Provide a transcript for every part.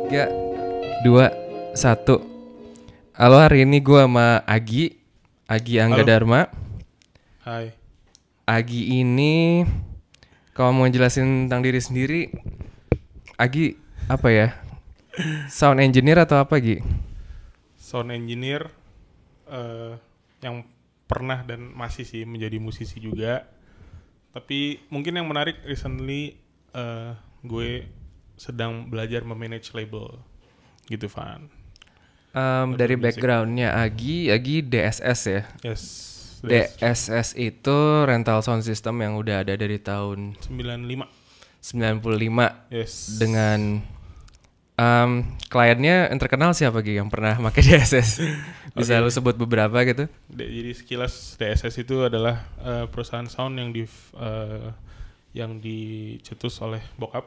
3, 2, 1. Halo, hari ini gue sama Agi Angga Halo. Dharma. Hai. Agi ini, kalau mau jelasin tentang diri sendiri, Agi apa ya? Sound engineer atau apa, Gi? Sound engineer yang pernah dan masih sih menjadi musisi juga. Tapi mungkin yang menarik recently gue sedang belajar memanage label gitu, Van. Dari Label music. backgroundnya Agi DSS ya. Yes. DSS itu rental sound system yang udah ada dari tahun 95. 95 Yes. dengan kliennya yang terkenal siapa Gi yang pernah pakai DSS? Bisa lu sebut beberapa gitu? Jadi sekilas DSS itu adalah perusahaan sound yang dicetus oleh bokap.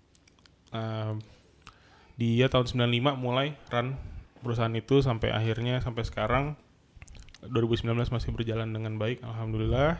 Dia tahun 95 mulai run perusahaan itu sampai akhirnya sampai sekarang 2019 masih berjalan dengan baik, alhamdulillah.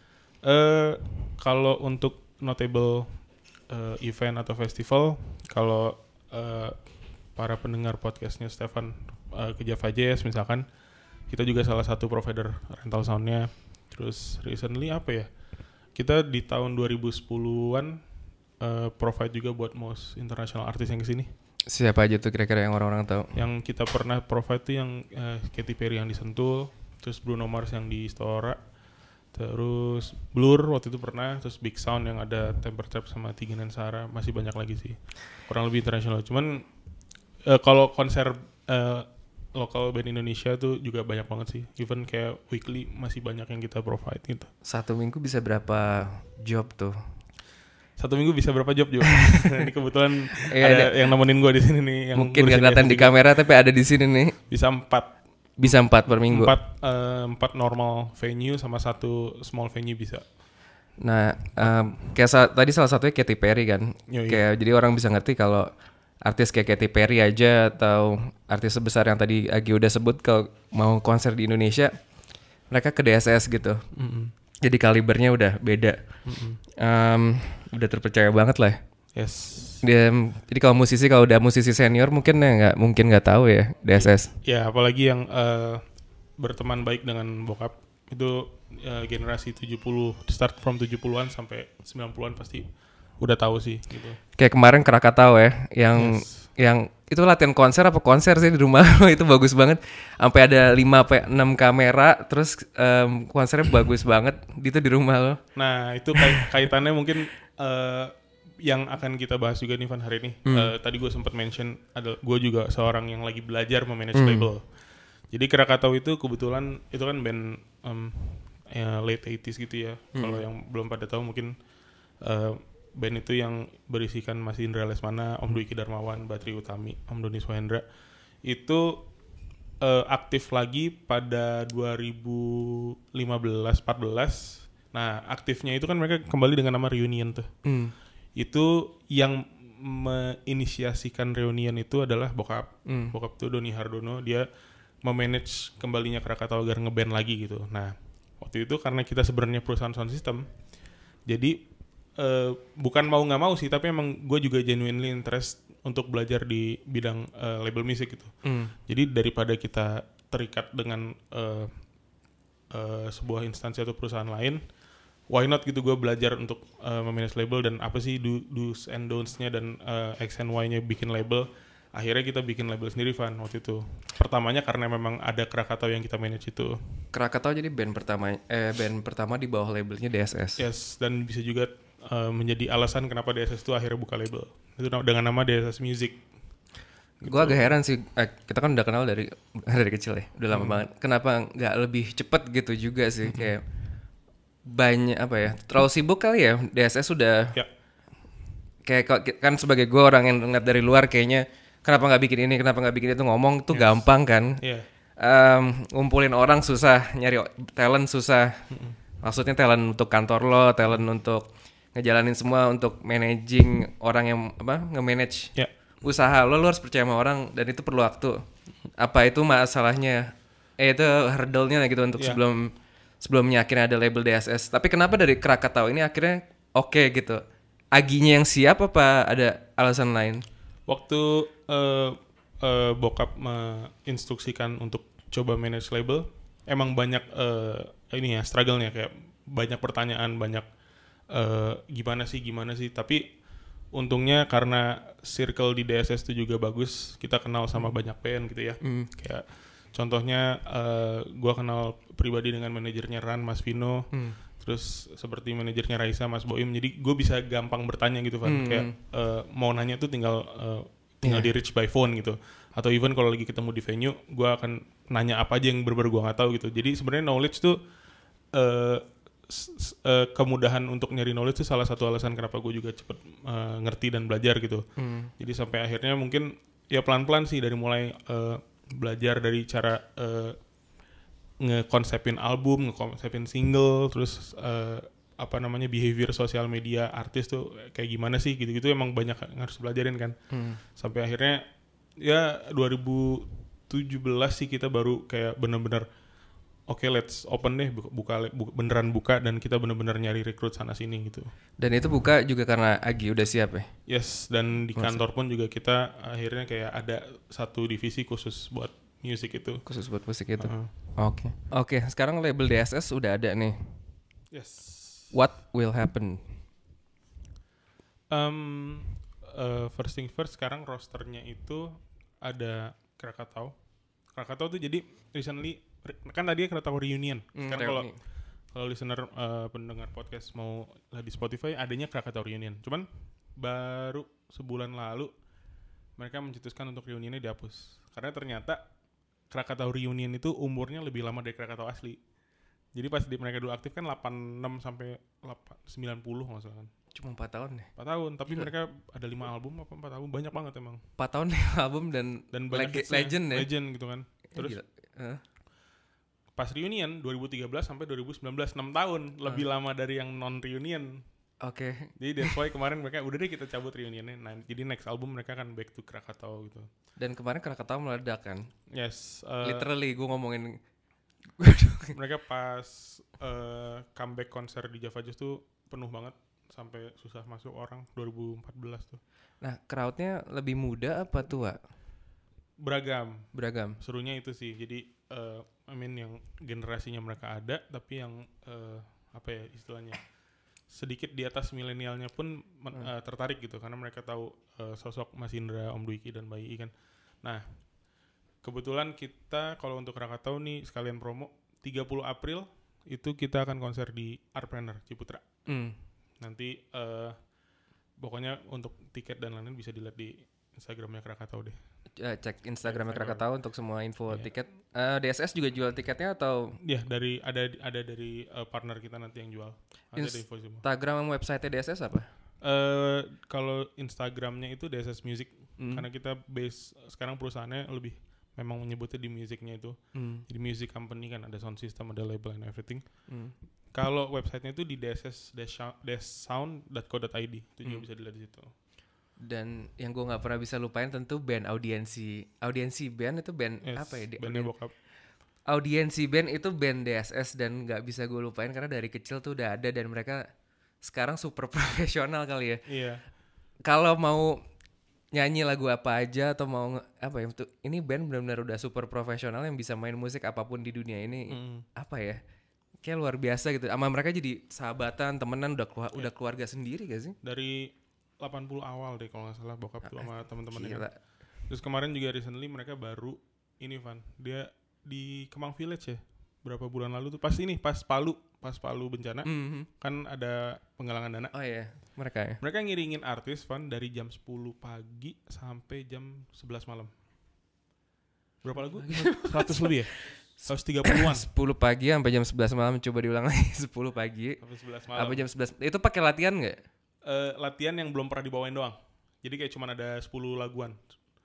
Kalau untuk notable event atau festival, kalau para pendengar podcastnya Stefan ke Java Jazz misalkan, kita juga salah satu provider rental soundnya. Terus recently apa ya, kita di tahun 2010-an provide juga buat most international artist yang kesini. Siapa aja tuh kira-kira yang orang-orang tahu? Yang kita pernah provide tuh yang Katy Perry yang di Sentul, terus Bruno Mars yang di Stora, terus Blur waktu itu pernah, terus Big Sound yang ada Temper Trap sama Tigin and Sarah. Masih banyak lagi sih, kurang lebih internasional. Cuman kalau konser lokal band Indonesia tuh juga banyak banget sih. Even kayak weekly masih banyak yang kita provide gitu. Satu minggu bisa berapa job tuh? Satu minggu bisa berapa job juga? Ini kebetulan Iya, ada yang nemenin gue di sini nih. Yang mungkin gak ngurusin kelihatan jazz di juga. kamera tapi ada di sini nih. Bisa 4 Per minggu. 4 normal venue sama 1 small venue bisa. Nah, kayak tadi salah satunya Katy Perry kan. Yoi. Kayak jadi orang bisa ngerti kalau artis kayak Katy Perry aja atau artis sebesar yang tadi Agi udah sebut kalau mau konser di Indonesia, mereka ke DSS gitu. Jadi kalibernya udah beda. Udah terpercaya banget lah. Yes. Jadi kalau udah musisi senior mungkin nggak tahu ya DSS. Ya apalagi yang berteman baik dengan bokap itu generasi 70, start from 70-an sampai 90-an pasti udah tahu sih gitu. Kayak kemarin Krakatau ya, yang itu latihan konser sih di rumah lo, itu bagus banget. Sampai ada 5-6 kamera, terus konsernya bagus banget itu di rumah lo. Nah itu kaitannya mungkin yang akan kita bahas juga nih Van hari ini. Tadi gue sempat mention gue juga seorang yang lagi belajar memanage label. Jadi Krakatau itu kebetulan itu kan band late 80s gitu ya. Kalau yang belum pada tahu mungkin band itu yang berisikan Mas Indra Lesmana, Om Dwiki Darmawan, Batri Utami, Om Doni Swahendra. Itu aktif lagi pada 2015-14. Nah aktifnya itu kan mereka kembali dengan nama Reunion tuh. Itu yang menginisiasikan Reunion itu adalah bokap. Bokap tuh Doni Hardono, dia memanage kembalinya Krakatau agar ngeband lagi gitu. Nah waktu itu karena kita sebenarnya perusahaan sound system, jadi bukan mau nggak mau sih, tapi emang gue juga genuinely interest untuk belajar di bidang label music gitu. Jadi daripada kita terikat dengan sebuah instansi atau perusahaan lain, why not gitu gue belajar untuk memanage label dan apa sih do's and don'ts-nya dan X and Y-nya bikin label. Akhirnya kita bikin label sendiri Van waktu itu. Pertamanya karena memang ada Krakatau yang kita manage itu. Krakatau jadi band pertama di bawah labelnya DSS. Yes, dan bisa juga menjadi alasan kenapa DSS itu akhirnya buka label. Itu dengan nama DSS Music. Gue agak heran sih, kita kan udah kenal dari kecil ya, udah lama banget. Kenapa nggak lebih cepet gitu juga sih? Kayak banyak terlalu sibuk kali ya DSS sudah. Ya. Kayak kan sebagai gue orang yang ngeliat dari luar kayaknya kenapa nggak bikin ini, kenapa nggak bikin itu, ngomong tuh gampang kan. Yeah. Ngumpulin orang susah, nyari talent susah. Maksudnya talent untuk kantor lo, talent untuk ngejalanin semua, untuk managing orang yang nge-manage usaha lo harus percaya sama orang dan itu perlu waktu. Apa itu masalahnya? Itu hurdle-nya gitu untuk sebelumnya akhirnya ada label DSS. Tapi kenapa dari Krakatau ini akhirnya oke gitu? Aginya yang siap apa ada alasan lain? Waktu bokap menginstruksikan untuk coba manage label, emang banyak ini ya struggle-nya, kayak banyak pertanyaan, banyak gimana sih. Tapi untungnya karena circle di DSS itu juga bagus, kita kenal sama banyak band gitu ya. Kayak contohnya gue kenal pribadi dengan manajernya Ran, Mas Vino, terus seperti manajernya Raisa, Mas Boim. Jadi gue bisa gampang bertanya gitu kan, kayak mau nanya tuh tinggal di reach by phone gitu. Atau even kalau lagi ketemu di venue, gue akan nanya apa aja yang bener-bener gue nggak tahu gitu. Jadi sebenarnya knowledge tuh kemudahan untuk nyari knowledge itu salah satu alasan kenapa gue juga cepet ngerti dan belajar gitu. Jadi sampai akhirnya mungkin ya pelan-pelan sih, dari mulai belajar dari cara ngekonsepin album, ngekonsepin single, terus behavior sosial media artis tuh kayak gimana sih gitu-gitu, emang banyak yang harus belajarin kan. Sampai akhirnya ya 2017 sih kita baru kayak bener-bener oke, let's open deh, beneran buka, dan kita bener-bener nyari rekrut sana sini gitu. Dan itu buka juga karena Agi udah siap ya? Yes, dan di kantor pun juga kita akhirnya kayak ada satu divisi khusus buat musik itu. Khusus buat musik itu. Oke, sekarang label DSS udah ada nih. Yes. What will happen? First thing first, sekarang rosternya itu ada Krakatau. Krakatau tuh jadi recently, kan tadi Krakatau reunion. Sekarang kalau listener pendengar podcast mau lihat di Spotify, adanya Krakatau reunion. Cuman baru sebulan lalu mereka mencetuskan untuk reunionnya dihapus. Karena ternyata Krakatau reunion itu umurnya lebih lama dari Krakatau asli. Jadi pas mereka dulu aktif kan 86 sampai 90 nggak salah kan. Cuma 4 tahun ya? 4 tahun, tapi mereka ada 5 album apa 4 album, banyak banget emang. 4 tahun 5 album dan legend ya? Legend gitu kan. Terus pas reunion 2013 sampai 2019, 6 tahun, lebih lama dari yang non-reunion. Oke. Jadi that's why kemarin mereka udah deh kita cabut reunionnya. Nah, jadi next album mereka akan back to Krakatau gitu. Dan kemarin Krakatau meledak kan? Yes. Literally gue ngomongin mereka pas comeback konser di Java Jazz tuh penuh banget sampai susah masuk orang 2014 tuh. Nah, crowd-nya lebih muda apa tua? Beragam. Serunya itu sih. Jadi yang generasinya mereka ada, tapi yang istilahnya sedikit di atas milenialnya pun tertarik gitu, karena mereka tahu sosok Mas Indra, Om Dwiki dan Bayi kan. Nah, kebetulan kita kalau untuk Krakatau nih sekalian promo, 30 April itu kita akan konser di Artpreneur Ciputra. Nanti pokoknya untuk tiket dan lain-lain bisa dilihat di Instagramnya Krakatau deh. Cek Instagramnya Krakatau untuk semua info tiket. DSS juga jual tiketnya atau? Ya, ada dari partner kita nanti yang jual. Instagram sama website DSS apa? Kalau Instagramnya itu DSS Music, karena kita base sekarang perusahaannya lebih memang menyebutnya di musicnya itu. Jadi music company kan, ada sound system, ada label and everything. Kalau websitenya itu di dss-sound.co.id, itu juga bisa dilihat di situ. Dan yang gue nggak pernah bisa lupain tentu band audiensi band itu band apa ya? Bandnya bokap. Audiensi band itu band DSS, dan nggak bisa gue lupain karena dari kecil tuh udah ada, dan mereka sekarang super profesional kali ya. Iya. Kalau mau nyanyi lagu apa aja atau mau ini band benar-benar udah super profesional yang bisa main musik apapun di dunia ini. Kayak luar biasa gitu. Sama mereka jadi sahabatan, temenan, udah keluarga sendiri gak sih? Dari 80 awal deh kalau nggak salah bokap tuh sama teman-temannya. Terus kemarin juga recently mereka baru ini Van, dia di Kemang Village ya, berapa bulan lalu tuh pas Palu bencana, kan ada penggalangan dana. Oh iya, mereka ngiringin artis Van dari jam 10 pagi sampai jam 11 malam. Berapa lagu? 100 lebih ya? 130-an. 10 pagi sampai jam 11 malam, coba diulang lagi. 10 pagi sampai 11 malam. Apa jam 11? Itu pakai latihan nggak? Latihan yang belum pernah dibawain doang. Jadi kayak cuma ada 10 laguan.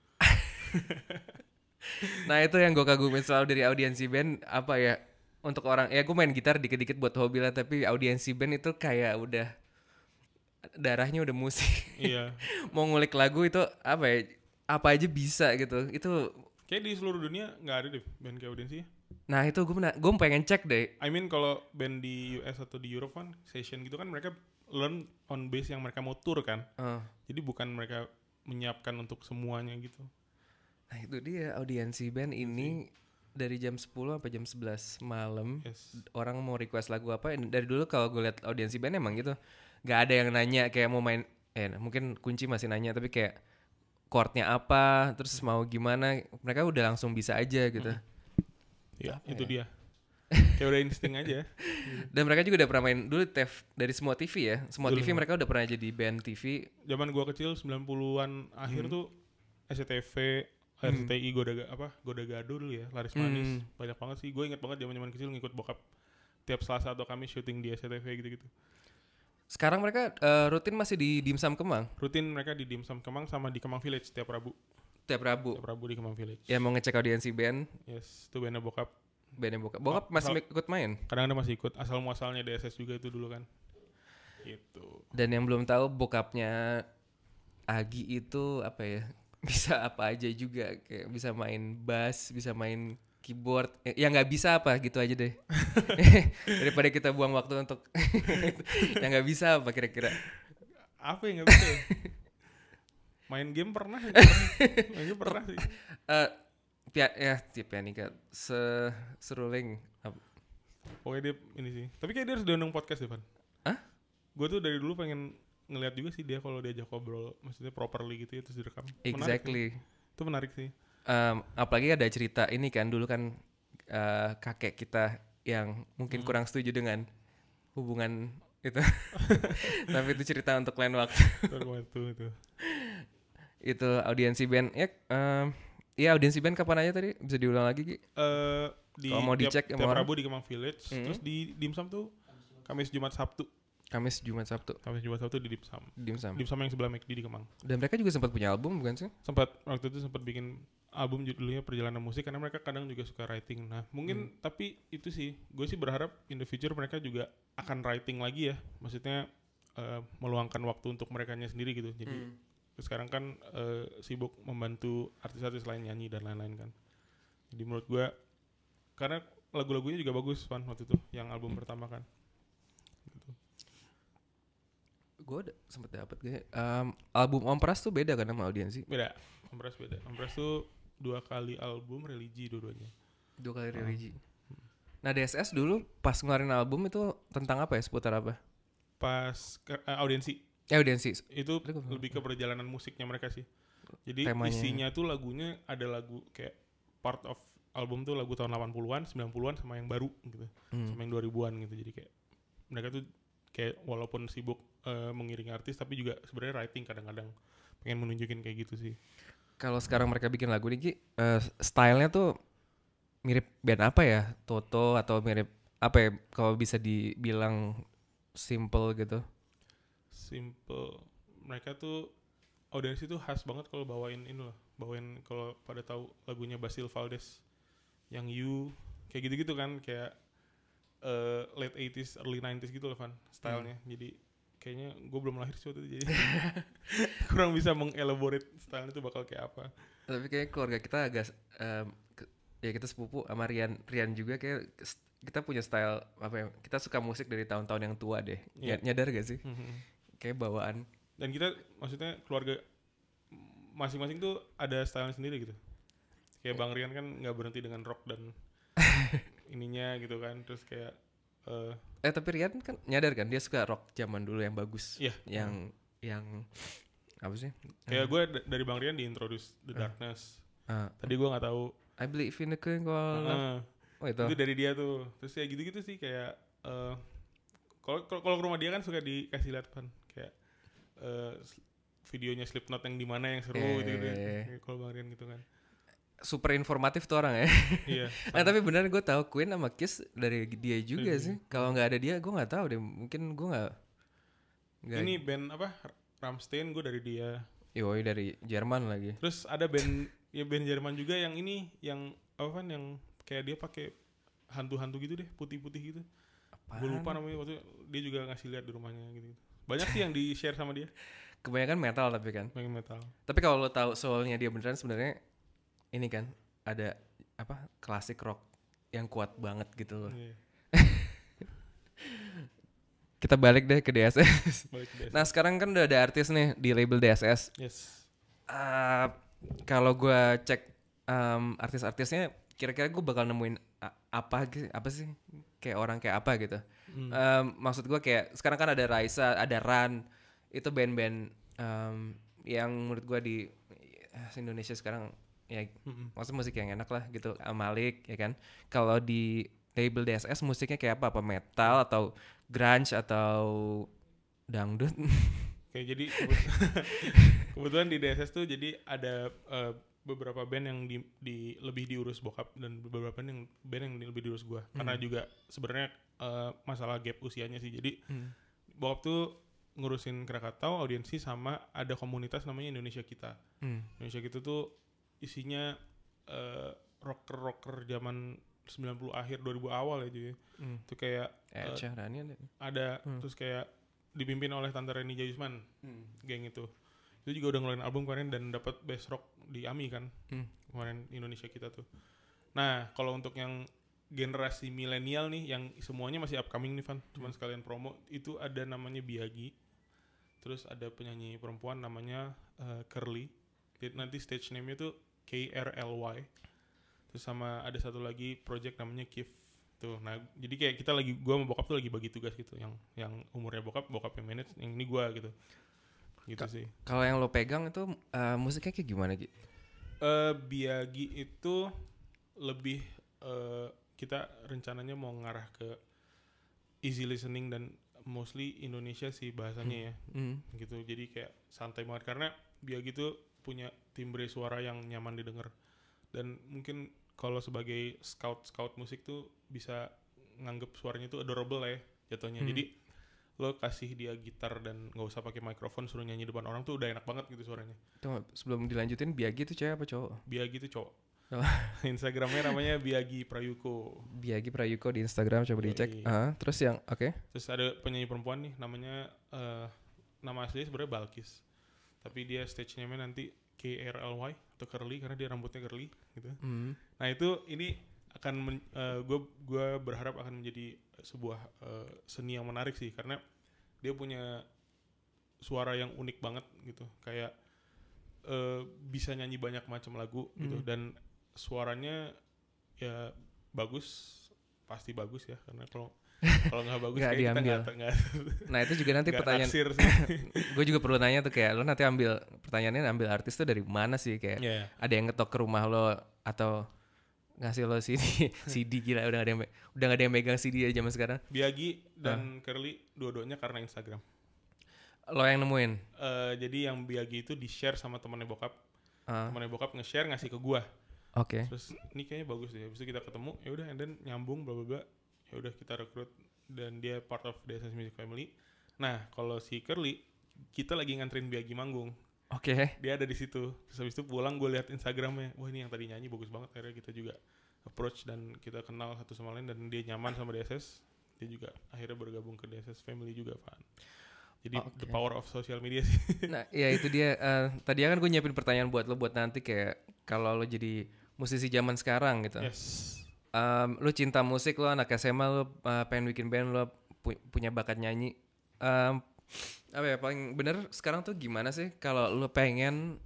Nah, itu yang gue kagumin selalu dari audiensi band, untuk orang, gue main gitar dikit-dikit buat hobi lah, tapi audiensi band itu kayak udah darahnya udah musik. Iya. Mau ngulik lagu itu apa aja bisa gitu. Itu kayak di seluruh dunia nggak ada deh band kayak audiensi. Nah, itu gue pengen cek deh. I mean kalau band di US atau di Europe kan session gitu kan, mereka learn on base yang mereka mau tour kan. Jadi bukan mereka menyiapkan untuk semuanya gitu. Nah itu dia, audiensi band ini dari jam 10 sampai jam 11 malam. Orang mau request lagu apa, dari dulu kalau gue liat audiensi band emang gitu, gak ada yang nanya kayak mau main, mungkin kunci masih nanya, tapi kayak chordnya apa, terus mau gimana, mereka udah langsung bisa aja gitu. Ya itu dia, kayak udah insting aja. Dan mereka juga udah pernah main dulu dari semua TV ya, semua dulu, TV mereka udah pernah jadi band TV. Zaman gua kecil 90-an akhir tuh SCTV, RCTI, Goda Gado dulu ya, Laris Manis, banyak banget sih. Gue inget banget zaman kecil ngikut bokap tiap Selasa atau Kamis syuting di SCTV gitu-gitu. Sekarang mereka rutin masih di Dimsum Kemang? Rutin mereka di Dimsum Kemang sama di Kemang Village tiap Rabu. Tiap Rabu di Kemang Village. Ya mau ngecek audiensi band. Yes, itu bandnya bokap. Bokap masih ikut main? Kadang-kadang masih ikut, asal muasalnya DSS juga itu dulu kan. Gitu. Dan yang belum tahu, bokapnya Agi itu apa ya, bisa apa aja juga, kayak bisa main bass, bisa main keyboard. Yang nggak bisa apa gitu aja deh. Daripada kita buang waktu untuk yang nggak bisa apa kira-kira? Apa yang nggak bisa? Main game pernah sih. Pianika seruling. Pokoknya dia ini sih. Tapi kayak dia harus diundang podcast Evan. Hah? Gue tuh dari dulu pengen ngeliat juga sih dia kalau diajak ngobrol, maksudnya properly gitu ya, terus direkam. Exactly. Itu menarik sih. Apalagi ada cerita ini kan, dulu kan kakek kita yang mungkin kurang setuju dengan hubungan itu. Tapi itu cerita untuk lain waktu. itu. Itu audiensi band ya. Iya, audiensi band kapan aja tadi? Bisa diulang lagi Ki? Kalau mau dicek tiap Rabu di Kemang Village, terus di Dimsum tuh Kamis Jumat Sabtu di Dimsum. Dimsum yang sebelah McD di Kemang. Dan mereka juga sempat punya album bukan sih? Waktu itu sempat bikin album judulnya Perjalanan Musik, karena mereka kadang juga suka writing. Nah mungkin tapi itu sih, gue sih berharap in the future mereka juga akan writing lagi ya. Maksudnya meluangkan waktu untuk merekanya sendiri gitu. Jadi sekarang kan sibuk membantu artis-artis lain nyanyi dan lain-lain kan. Jadi menurut gue, karena lagu-lagunya juga bagus Van waktu itu, yang album pertama kan. Gitu. Gue sempet dapet kayak album Om Pras tuh beda kan sama audiensi? Beda. Om Pras tuh 2 kali album religi dua-duanya. 2 kali religi. Nah DSS dulu pas ngeluarin album itu tentang apa ya, seputar apa? Pas audiensi. Audiensi. Itu lebih ke perjalanan musiknya mereka sih. Jadi temanya, isinya tuh lagunya ada lagu kayak part of album tuh lagu tahun 80-an, 90-an sama yang baru gitu. Sama yang 2000-an gitu. Jadi kayak mereka tuh kayak walaupun sibuk mengiringi artis tapi juga sebenarnya writing kadang-kadang pengen menunjukin kayak gitu sih. Kalau sekarang mereka bikin lagu nih Ki, stylenya tuh mirip band apa ya? Toto atau mirip apa ya, kalau bisa dibilang simple gitu? Simple. Mereka tuh audiensi tuh khas banget kalau bawain kalau pada tahu lagunya Basil Valdez yang You kayak gitu-gitu kan, kayak late 80s early 90s gitu loh Van stylenya. Jadi kayaknya gue belum lahir sih waktu itu, jadi kurang bisa mengelaborate stylenya itu bakal kayak apa. Tapi kayak keluarga kita agak ya kita sepupu sama Rian juga kayak kita punya style apa ya, kita suka musik dari tahun-tahun yang tua deh. Nyadar gak sih? Kayak bawaan. Dan kita maksudnya keluarga masing-masing tuh ada style sendiri gitu. Kayak Bang Rian kan nggak berhenti dengan rock dan ininya gitu kan, terus kayak tapi Rian kan nyadar kan dia suka rock zaman dulu yang bagus. Iya. Yang apa sih? Kayak gue dari Bang Rian diintroduce The Darkness. Tadi gue nggak tahu. I Believe in the King. Itu dari dia tuh. Terus kayak gitu-gitu sih kayak kalau ke rumah dia kan suka dikasih lihat kan kayak videonya Slipknot yang di mana yang seru gitu. Kalau Bang Rian gitu kan. Super informatif tuh orang ya. Iya. Tapi benar gue tahu Queen sama Kiss dari dia juga sih. Kalau nggak ada dia gue nggak tahu deh. Mungkin gue nggak. Ini band apa? Rammstein gue dari dia. Yoi dari Jerman lagi. Terus ada band Jerman juga yang ini, yang apa kan, yang kayak dia pakai hantu-hantu gitu deh, putih-putih gitu. Gue lupa namanya, waktu dia juga ngasih lihat di rumahnya gitu. Banyak sih yang di share sama dia. Kebanyakan metal tapi kan. Banyak metal. Tapi kalau lo tahu soalnya dia beneran sebenarnya ini kan ada apa, klasik rock yang kuat banget gitu loh. Yeah. Kita balik deh ke DSS. Nah sekarang kan udah ada artis nih di label DSS. Yes. Kalau gue cek artis-artisnya, kira-kira gue bakal nemuin apa sih kayak orang kayak apa gitu. Maksud gue kayak sekarang kan ada Raisa, ada Ran, itu band-band yang menurut gue di Indonesia sekarang ya, maksudnya musik yang enak lah gitu. Malik ya kan. Kalau di label DSS musiknya kayak apa metal atau grunge atau dangdut. Kayak jadi kebetulan di DSS tuh jadi ada beberapa band yang lebih diurus bokap dan beberapa band yang lebih diurus gue karena juga sebenarnya masalah gap usianya sih. Jadi bokap tuh ngurusin Krakatau, audiensi, sama ada komunitas namanya Indonesia Kita. Indonesia Kita tuh isinya rocker zaman 90 akhir 2000 awal ya jadi. Itu kayak ada terus kayak dipimpin oleh Tante Reni Jayusman, geng itu juga udah ngeluarin album kemarin dan dapat Best Rock di AMI kan kemarin Indonesia Kita tuh. Nah kalau untuk yang generasi milenial nih yang semuanya masih upcoming nih Van, cuman sekalian promo, itu ada namanya Biagi, terus ada penyanyi perempuan namanya Curly, nanti stage name-nya tuh KRLY, terus sama ada satu lagi project namanya Kif tuh. Nah jadi kayak kita lagi, gue sama bokap tuh lagi bagi tugas gitu, yang umurnya bokap yang manage, yang ini gue gitu sih. Kalau yang lo pegang itu musiknya kayak gimana Gi? Biagi itu lebih kita rencananya mau ngarah ke easy listening dan mostly Indonesia sih bahasanya ya gitu. Jadi kayak santai banget karena Biagi tuh punya timbre suara yang nyaman didengar dan mungkin kalau sebagai scout musik tuh bisa nganggep suaranya tuh adorable lah ya jatuhnya. Jadi lo kasih dia gitar dan nggak usah pakai mikrofon, suruh nyanyi depan orang tuh udah enak banget gitu suaranya. Tuh, sebelum dilanjutin, Biagi tuh cewek apa cowok? Biagi tuh cowok. Instagramnya namanya Biagi Prayuko. Biagi Prayuko di Instagram, coba dicek. Terus yang Terus ada penyanyi perempuan nih namanya nama aslinya sebenarnya Balkis, tapi dia stage name-nya nanti KRLY atau Curly karena dia rambutnya curly gitu. Nah itu ini akan gue berharap akan menjadi sebuah seni yang menarik sih karena dia punya suara yang unik banget gitu, kayak bisa nyanyi banyak macam lagu gitu dan suaranya ya pasti bagus ya karena kalau nggak bagus kayak kita nggak. Nah itu juga nanti pertanyaan. Gue juga perlu nanya tuh kayak lo nanti ambil artis tuh dari mana sih, kayak ada yang ngetok ke rumah lo atau ngasih lo CD gila, udah nggak ada yang megang CD ya zaman sekarang. Biagi dan Curly dua-duanya karena Instagram. Lo yang nemuin? Jadi yang Biagi itu di share sama temannya bokap. Temannya bokap nge-share ngasih ke gua. Oke. Terus ini kayaknya bagus deh. Habis itu kita ketemu, ya udah and then nyambung bla bla bla. Ya udah kita rekrut dan dia part of the Essence Music Family. Nah, kalau si Curly kita lagi nganterin Biagi manggung. Oke. Dia ada di situ. Terus habis itu pulang gue lihat Instagramnya. Wah, ini yang tadi nyanyi bagus banget. Akhirnya kita juga approach dan kita kenal satu sama lain dan dia nyaman sama DSS. Dia juga akhirnya bergabung ke DSS Family juga, Van. Jadi the power of social media sih. Nah, ya itu dia. Tadi kan gue nyiapin pertanyaan buat lo buat nanti kayak kalau lo jadi musisi zaman sekarang gitu. Yes. Lo cinta musik, lo anak SMA, lo pengen bikin band, lo punya bakat nyanyi. Apa ya paling bener sekarang tuh gimana sih kalau lo pengen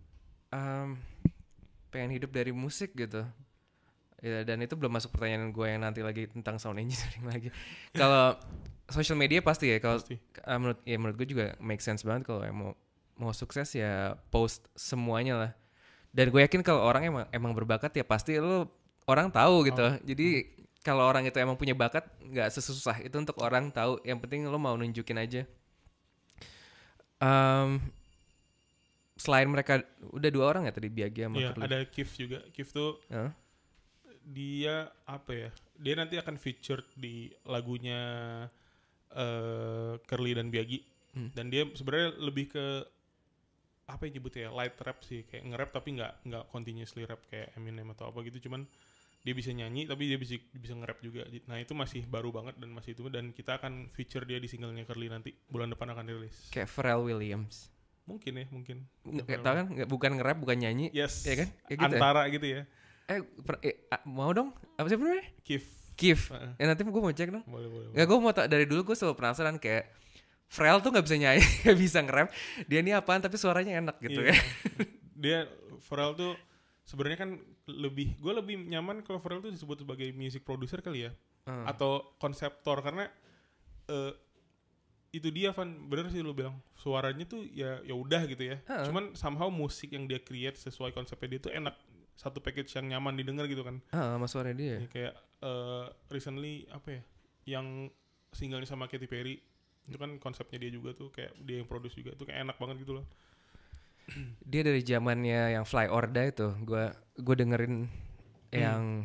hidup dari musik gitu? Ya, dan itu belum masuk pertanyaan gue yang nanti lagi tentang sound engineering lagi. Kalau social media pasti ya, kalau menurut gue juga make sense banget kalau mau sukses ya post semuanya lah. Dan gue yakin kalau orang emang berbakat ya pasti lo orang tahu gitu. Jadi kalau orang itu emang punya bakat, nggak sesusah itu untuk orang tahu. Yang penting lo mau nunjukin aja. Selain mereka udah 2 orang ya tadi, Biagi sama Curly. Iya, ada Kif juga. Kif tuh dia apa ya? Dia nanti akan featured di lagunya Curly dan Biagi. Dan dia sebenarnya lebih ke apa yang nyebutnya ya, light rap sih, kayak nge-rap tapi nggak continuously rap kayak Eminem atau apa gitu, cuman dia bisa nyanyi tapi dia bisa nge-rap juga. Nah itu masih baru banget dan masih itu, dan kita akan feature dia di singlenya Curly nanti bulan depan akan rilis. Kayak Pharrell Williams. Mungkin ya, mungkin. Nggak tahu kan, bukan nge-rap, bukan nyanyi. Yes. Ya kan? Kayak gitu antara ya? Gitu ya. Mau dong? Apa sih namanya? Kif. Ya nanti gue mau cek dong. Boleh. Nggak, gue mau dari dulu gue selalu penasaran kayak Pharrell tuh nggak bisa nyanyi, nggak bisa nge-rap. Dia ini apaan tapi suaranya enak gitu ya. Dia Pharrell tuh sebenarnya kan gue lebih nyaman kalau Pharrell tuh disebut sebagai music producer kali ya, atau konseptor, karena itu dia Van, bener sih lu bilang suaranya tuh ya udah gitu ya. Cuman somehow musik yang dia create sesuai konsepnya dia tuh enak, satu package yang nyaman didengar gitu kan. Sama suara dia. Ya, kayak recently apa ya, yang singlenya sama Katy Perry itu kan konsepnya dia juga tuh, kayak dia yang produce juga tuh, kayak enak banget gitu loh. Dia dari zamannya yang Fly or Die tuh, gue dengerin yang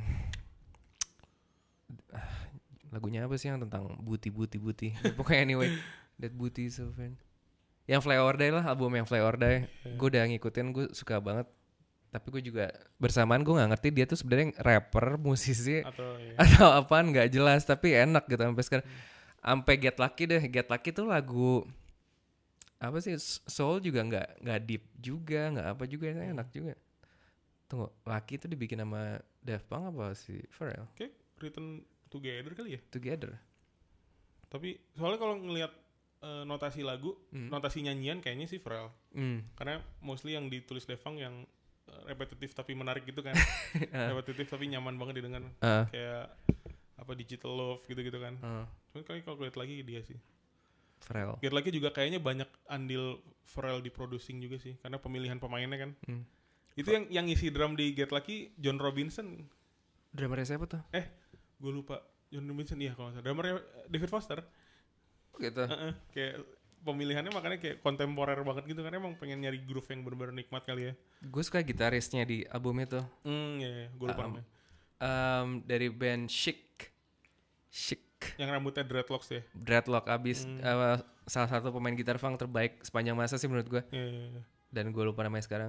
lagunya apa sih yang tentang booty. Pokoknya anyway, that booty so fun. Yang Fly or Die lah, album yang Fly or Die. Gue udah ngikutin, gue suka banget. Tapi gue juga bersamaan gue nggak ngerti dia tuh sebenarnya rapper, musisi atau apaan, nggak jelas. Tapi enak gitu sampai sekarang. Sampai Get Lucky deh. Get Lucky tuh lagu apa sih, soul juga nggak deep juga, nggak apa juga, enak juga. Tunggu, Lucky itu dibikin sama Daft Punk apa si Pharrell? Oke, Written Together kali ya? Together. Tapi soalnya kalau ngelihat notasi lagu, notasi nyanyian kayaknya sih Pharrell. Karena mostly yang ditulis Daft Punk yang repetitif tapi menarik gitu kan. Repetitif tapi nyaman banget didengar. Kayak apa, Digital Love gitu-gitu kan. Cuman kalau lihat lagi dia sih Pharrell. Get Lucky juga kayaknya banyak andil Pharrell di producing juga sih, karena pemilihan pemainnya kan. Itu yang isi drum di Get Lucky John Robinson. Drummernya siapa tuh? Gue lupa. John Robinson, iya kalau nggak salah. Drummernya David Foster. Gitu. Kayak pemilihannya makanya kayak kontemporer banget gitu, karena emang pengen nyari groove yang benar-benar nikmat kali ya. Gue suka gitarisnya di album itu. Iya, gue lupa namanya. Dari band Chic. Yang rambutnya dreadlocks ya. Dreadlock abis. Salah satu pemain gitar funk terbaik sepanjang masa sih menurut gue. Iya. Dan gue lupa namanya sekarang.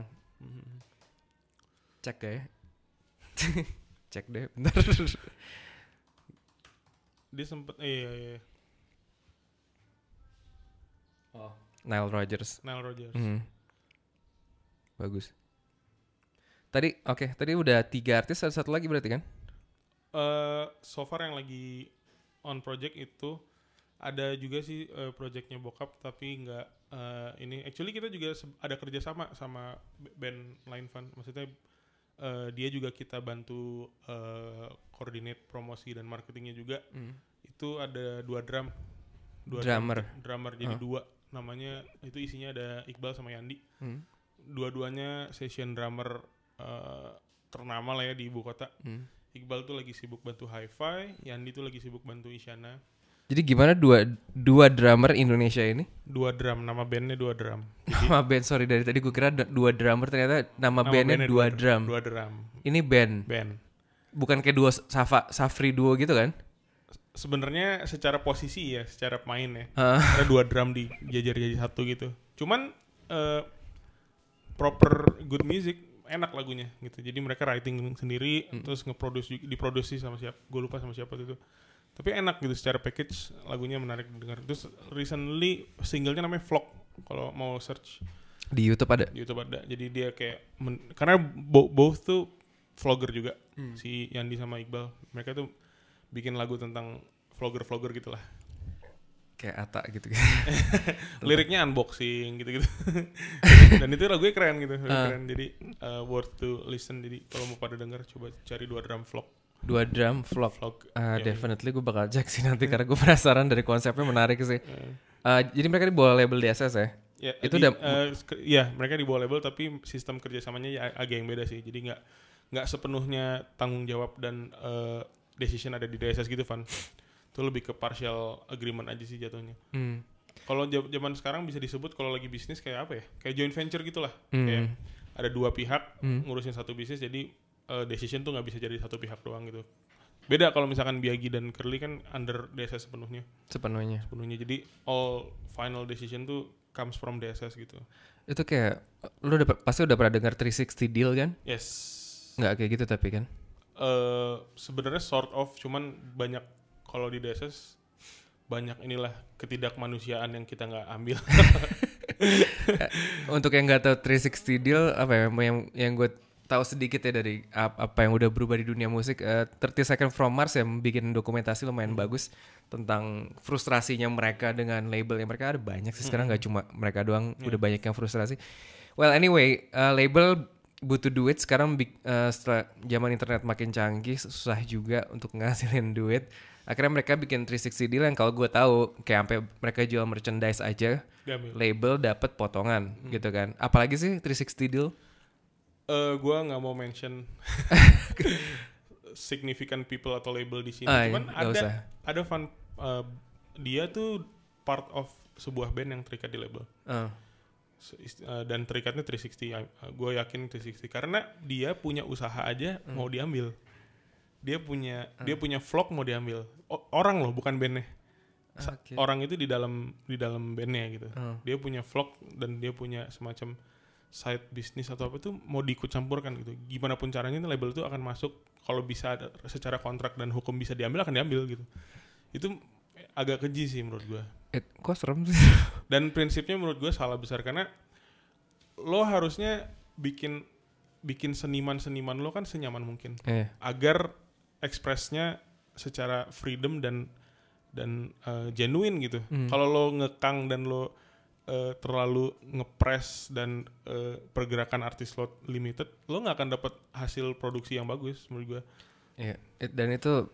Cek ya. Cek deh bentar. Dia sempet iya. Nile Rodgers. Bagus. Tadi udah 3 artis, ada satu lagi berarti kan? So far yang lagi on project itu ada juga sih projectnya Bokap, tapi nggak ini. Actually kita juga ada kerjasama sama band lain Van. Maksudnya dia juga kita bantu coordinate promosi dan marketingnya juga. Itu ada 2 drummer jadi 2. Namanya itu isinya ada Iqbal sama Yandi. Dua-duanya session drummer ternama lah ya di ibu kota. Iqbal tuh lagi sibuk bantu Hi-Fi, Yandi tuh lagi sibuk bantu Isyana. Jadi gimana dua drummer Indonesia ini? 2 drum, nama bandnya 2 drum. Nama band, sorry dari tadi gue kira 2 drummer, ternyata nama bandnya 2 drum. 2 drum. Ini band. Bukan kayak duo Safri duo gitu kan? Sebenarnya secara posisi ya, secara pemain ya. Ada 2 drum dijajar-jajar satu gitu. Cuman proper good music, enak lagunya gitu. Jadi mereka writing sendiri, terus diproduksi sama siapa, gue lupa sama siapa itu. Tapi enak gitu, secara package lagunya menarik didengar. Terus recently singlenya namanya Vlog, kalau mau search di YouTube ada. Jadi dia kayak karena both tuh vlogger juga, si Yandi sama Iqbal. Mereka tuh bikin lagu tentang vlogger gitulah. Kayak Ata gitu. Liriknya unboxing gitu. Dan itu lagunya keren gitu, keren. Jadi worth to listen. Jadi kalau mau pada denger, coba cari 2 drum vlog. 2 drum vlog. Definitely gue bakal cek sih nanti karena gue penasaran, dari konsepnya menarik sih. Jadi mereka di bawah label DSS ya? Ya, itu mereka di bawah label, tapi sistem kerjasamanya agak yang beda sih. Jadi nggak sepenuhnya tanggung jawab dan decision ada di DSS gitu, Van. Itu lebih ke partial agreement aja sih jatuhnya. Kalau zaman sekarang bisa disebut kalau lagi bisnis kayak apa ya? Kayak joint venture gitulah. Kayak ada 2 pihak ngurusin satu bisnis, jadi decision tuh nggak bisa jadi satu pihak doang gitu. Beda kalau misalkan Biagi dan Curly kan under DSS sepenuhnya. Jadi all final decision tuh comes from DSS gitu. Itu kayak lu pasti udah pernah dengar 360 deal kan? Yes. Nggak kayak gitu tapi kan? Sebenarnya sort of, cuman banyak kalau di DSS banyak inilah ketidakmanusiaan yang kita nggak ambil. Untuk yang nggak tahu 360 deal apa ya, yang gue tahu sedikit ya dari apa yang udah berubah di dunia musik. 30 Seconds from Mars yang bikin dokumentasi lumayan bagus tentang frustrasinya mereka dengan label yang mereka ada banyak sih sekarang, nggak cuma mereka doang, udah banyak yang frustrasi. Well anyway, label butuh duit sekarang setelah zaman internet makin canggih susah juga untuk ngasilin duit. Akhirnya mereka bikin 360 deal yang kalau gue tahu kayak sampai mereka jual merchandise aja, label dapat potongan gitu kan. Apalagi sih 360 deal? Gue nggak mau mention significant people atau label di sini. Cuman ada fun. Dia tuh part of sebuah band yang terikat di label. Dan terikatnya 360. Gue yakin 360 karena dia punya usaha aja mau diambil. Dia punya vlog mau diambil. Orang loh, bukan bandnya. Orang itu di dalam bandnya gitu. Dia punya vlog dan dia punya semacam side business atau apa itu mau diikut campurkan gitu. Gimana pun caranya label itu akan masuk kalau bisa secara kontrak dan hukum bisa diambil akan diambil gitu. Itu agak keji sih menurut gue. Kok serem sih? Dan prinsipnya menurut gue salah besar karena lo harusnya bikin seniman lo kan senyaman mungkin agar ekspresnya secara freedom dan genuine gitu. Kalau lo ngekang dan lo terlalu ngepres dan pergerakan artis lo limited, lo nggak akan dapat hasil produksi yang bagus menurut gue. Iya, dan itu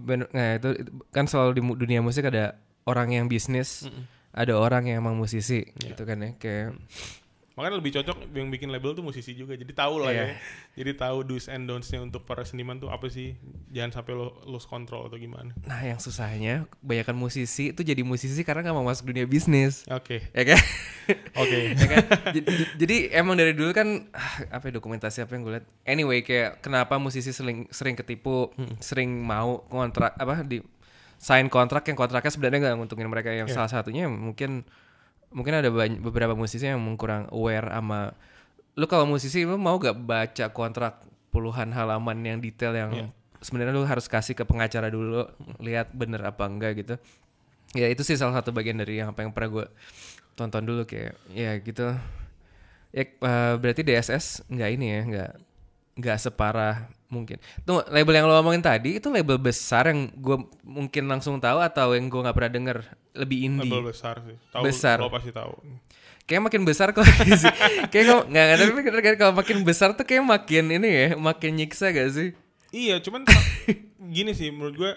kan selalu di dunia musik ada orang yang bisnis, ada orang yang emang musisi, gitu kan ya. Kayak makanya lebih cocok yang bikin label tuh musisi juga, jadi tahu lah ya. Jadi tahu do's and don'ts-nya untuk para seniman tuh apa sih, jangan sampai lo lose control atau gimana. Nah yang susahnya kebanyakan musisi itu jadi musisi karena nggak mau masuk dunia bisnis. Oke. Ya kan? Oke. Ya kan? Jadi emang dari dulu kan apa ya, dokumentasi apa yang gue lihat. Anyway kayak kenapa musisi sering ketipu, sering mau kontrak di sign kontrak yang kontraknya sebenarnya nggak nguntungin mereka. Yang salah satunya mungkin ada beberapa musisi yang kurang aware sama lu. Kalau musisi lu mau gak baca kontrak puluhan halaman yang detail yang sebenarnya lu harus kasih ke pengacara dulu, lihat bener apa enggak gitu. Ya itu sih salah satu bagian dari yang apa yang pernah gue tonton dulu kayak ya gitu. Ya berarti DSS nggak ini ya, nggak separah mungkin. Tuh label yang lo ngomongin tadi itu label besar yang gue mungkin langsung tahu atau yang gue nggak pernah denger, lebih indie? Label besar sih. Besar. Lo pasti tahu. Kayak makin besar kok sih. Kayak kok nggak tapi kalau makin besar tuh kayak makin ini ya, makin nyiksa gak sih? Iya, cuman gini sih menurut gue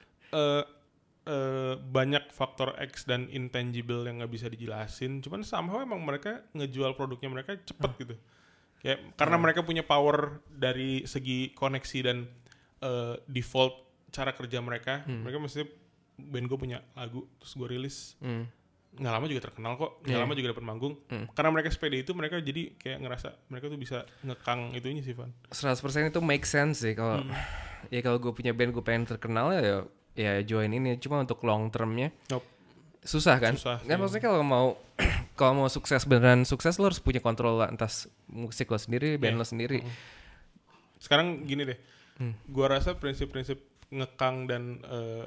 banyak faktor X dan intangible yang nggak bisa dijelasin. Cuman somehow emang mereka ngejual produknya mereka cepet gitu. Ya, karena mereka punya power dari segi koneksi dan default cara kerja mereka. Mereka mesti band gue punya lagu terus gue rilis. Nggak lama juga terkenal kok. Nggak lama juga dapat manggung. Karena mereka sepede itu mereka jadi kayak ngerasa mereka tuh bisa ngekang itunya sih, Van. 100% itu make sense sih kalau ya kalau gue punya band gue pengen terkenal ya join ini. Cuma untuk long termnya susah kan? Kan maksudnya kalau mau sukses beneran sukses lo harus punya kontrol atas musik lo sendiri, band lo sendiri. Sekarang gini deh, gua rasa prinsip-prinsip ngekang dan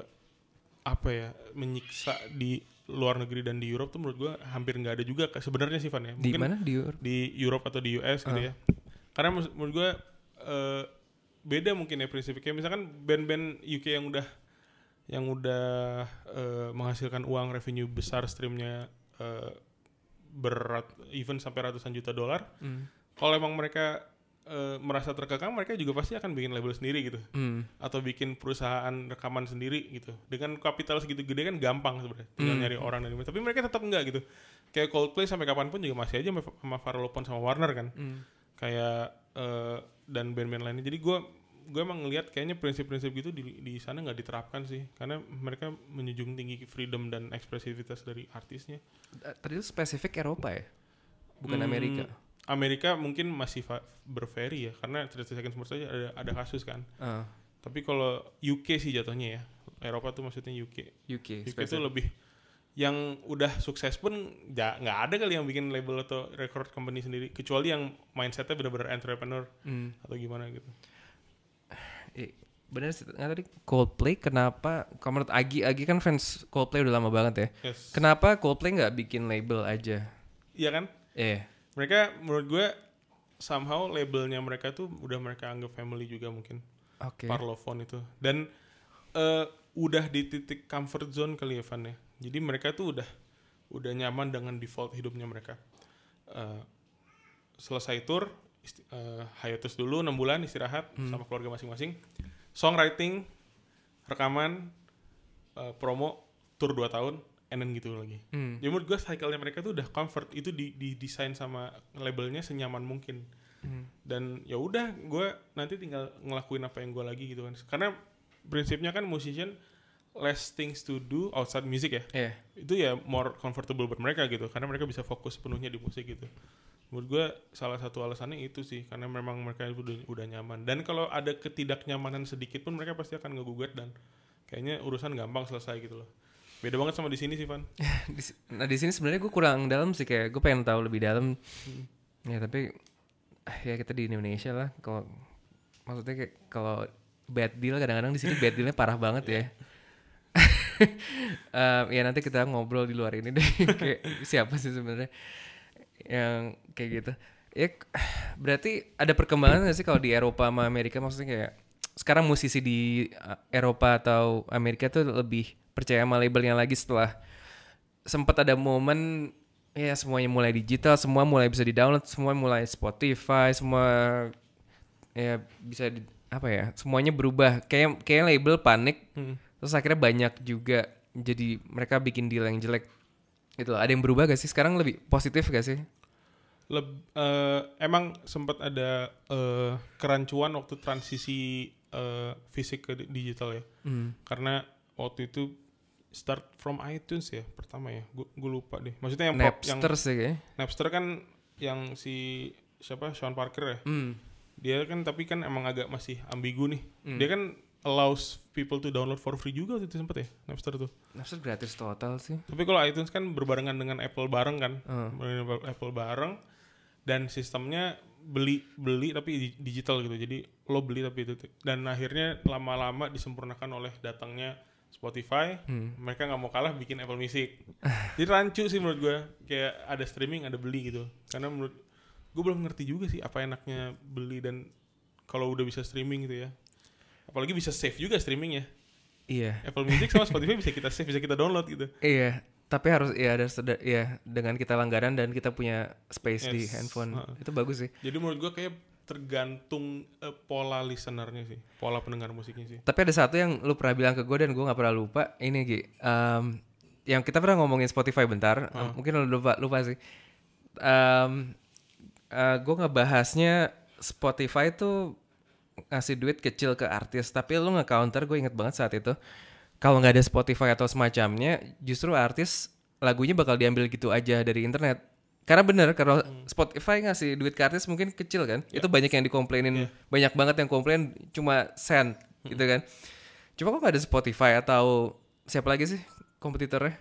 menyiksa di luar negeri dan di Europe tuh menurut gua hampir nggak ada juga sebenarnya sih, Van ya. Di mana di Europe? Di Europe atau di US gitu ya. Karena menurut gua beda mungkin ya prinsipnya. Kayak misalkan band-band UK yang udah menghasilkan uang revenue besar, streamnya even sampai ratusan juta dolar. Kalau emang mereka merasa terkekang, mereka juga pasti akan bikin label sendiri gitu, atau bikin perusahaan rekaman sendiri gitu. Dengan kapital segitu gede kan gampang sebenarnya, tinggal nyari orang dari mana. Tapi mereka tetap enggak gitu. Kayak Coldplay sampai kapanpun juga masih aja sama Farlopan sama Warner kan. Kayak dan band-band lainnya. Jadi gue emang ngelihat kayaknya prinsip-prinsip gitu di sana nggak diterapkan sih, karena mereka menjunjung tinggi freedom dan ekspresivitas dari artisnya. Tadi itu spesifik Eropa ya, bukan Amerika. Amerika mungkin masih berveri ya, karena 30 Seconds to Mars aja ada kasus kan. Tapi kalau UK sih jatuhnya ya, Eropa tuh maksudnya UK itu lebih yang udah sukses pun nggak ada kali yang bikin label atau record company sendiri, kecuali yang mindsetnya benar-benar entrepreneur atau gimana gitu. Bener sih, tadi Coldplay kenapa, kalau menurut Agi kan fans Coldplay udah lama banget ya. Yes. Kenapa Coldplay nggak bikin label aja? Iya kan? Mereka menurut gue somehow labelnya mereka tuh udah mereka anggap family juga mungkin. Parlophone itu. Dan udah di titik comfort zone kali ya, Van ya. Jadi mereka tuh udah nyaman dengan default hidupnya mereka. selesai tour, hiatus dulu 6 bulan istirahat sama keluarga masing-masing. Songwriting, rekaman, promo, tour 2 tahun, and then gitu lagi. Jadi menurut gue cycle-nya mereka tuh udah comfort, itu didesain sama labelnya senyaman mungkin. Dan ya udah, gue nanti tinggal ngelakuin apa yang gue lagi gitu kan. Karena prinsipnya kan musician less things to do outside music ya. Yeah. Itu ya more comfortable buat mereka gitu, karena mereka bisa fokus sepenuhnya di musik gitu. Menurut gue salah satu alasannya itu sih, karena memang mereka udah nyaman. Dan kalau ada ketidaknyamanan sedikit pun mereka pasti akan ngegugat dan kayaknya urusan gampang selesai gitu loh. Beda banget sama di sini sih, Van. Nah di sini sebenarnya gue kurang dalam sih, kayak gue pengen tahu lebih dalam. Ya tapi ya kita di Indonesia lah. Kalau maksudnya kayak kalau bad deal kadang-kadang di sini bad dealnya parah banget ya. Ya nanti kita ngobrol di luar ini deh. Kayak siapa sih sebenarnya yang kayak gitu. Ya berarti ada perkembangan nggak sih kalau di Eropa sama Amerika? Maksudnya kayak sekarang musisi di Eropa atau Amerika tuh lebih percaya sama labelnya lagi setelah sempat ada momen ya semuanya mulai digital, semua mulai bisa di-download, semua mulai Spotify, semua ya bisa semuanya berubah. Kayak label panik. Terus akhirnya banyak juga jadi mereka bikin deal yang jelek gitu loh. Ada yang berubah gak sih? Sekarang lebih positif gak sih? Emang sempat ada kerancuan waktu transisi fisik ke digital ya. Karena waktu itu start from iTunes ya pertama ya. Gue lupa deh. Maksudnya yang Napster sih kayaknya. Napster kan yang si siapa Sean Parker ya. Dia kan tapi kan emang agak masih ambigu nih. Dia kan allows people to download for free juga waktu itu sempet ya Napster tuh. Napster gratis total sih. Tapi kalau iTunes kan berbarengan dengan Apple bareng kan. Apple bareng dan sistemnya beli tapi digital gitu. Jadi lo beli tapi itu. Dan akhirnya lama-lama disempurnakan oleh datangnya Spotify. Mereka nggak mau kalah bikin Apple Music. Jadi rancu sih menurut gue. Kayak ada streaming ada beli gitu. Karena menurut gue belum ngerti juga sih apa enaknya beli dan kalau udah bisa streaming gitu ya. Apalagi bisa save juga streamingnya. Iya. Apple Music sama Spotify bisa kita save, bisa kita download gitu. Iya. Tapi harus dengan kita langganan dan kita punya space di handphone. Itu bagus sih. Jadi menurut gue kayak tergantung pola listenernya sih, pola pendengar musiknya sih. Tapi ada satu yang lu pernah bilang ke gue dan gue nggak pernah lupa. Ini Gi, yang kita pernah ngomongin Spotify bentar. Mungkin lu lupa sih. Gue ngebahasnya Spotify tuh ngasih duit kecil ke artis, tapi lu nge-counter, gue inget banget saat itu kalau nggak ada Spotify atau semacamnya, justru artis lagunya bakal diambil gitu aja dari internet. Karena bener, kalau Spotify ngasih duit ke artis mungkin kecil kan, itu banyak yang dikomplainin, banyak banget yang komplain cuma sen gitu kan. Cuma kok nggak ada Spotify atau siapa lagi sih kompetitornya?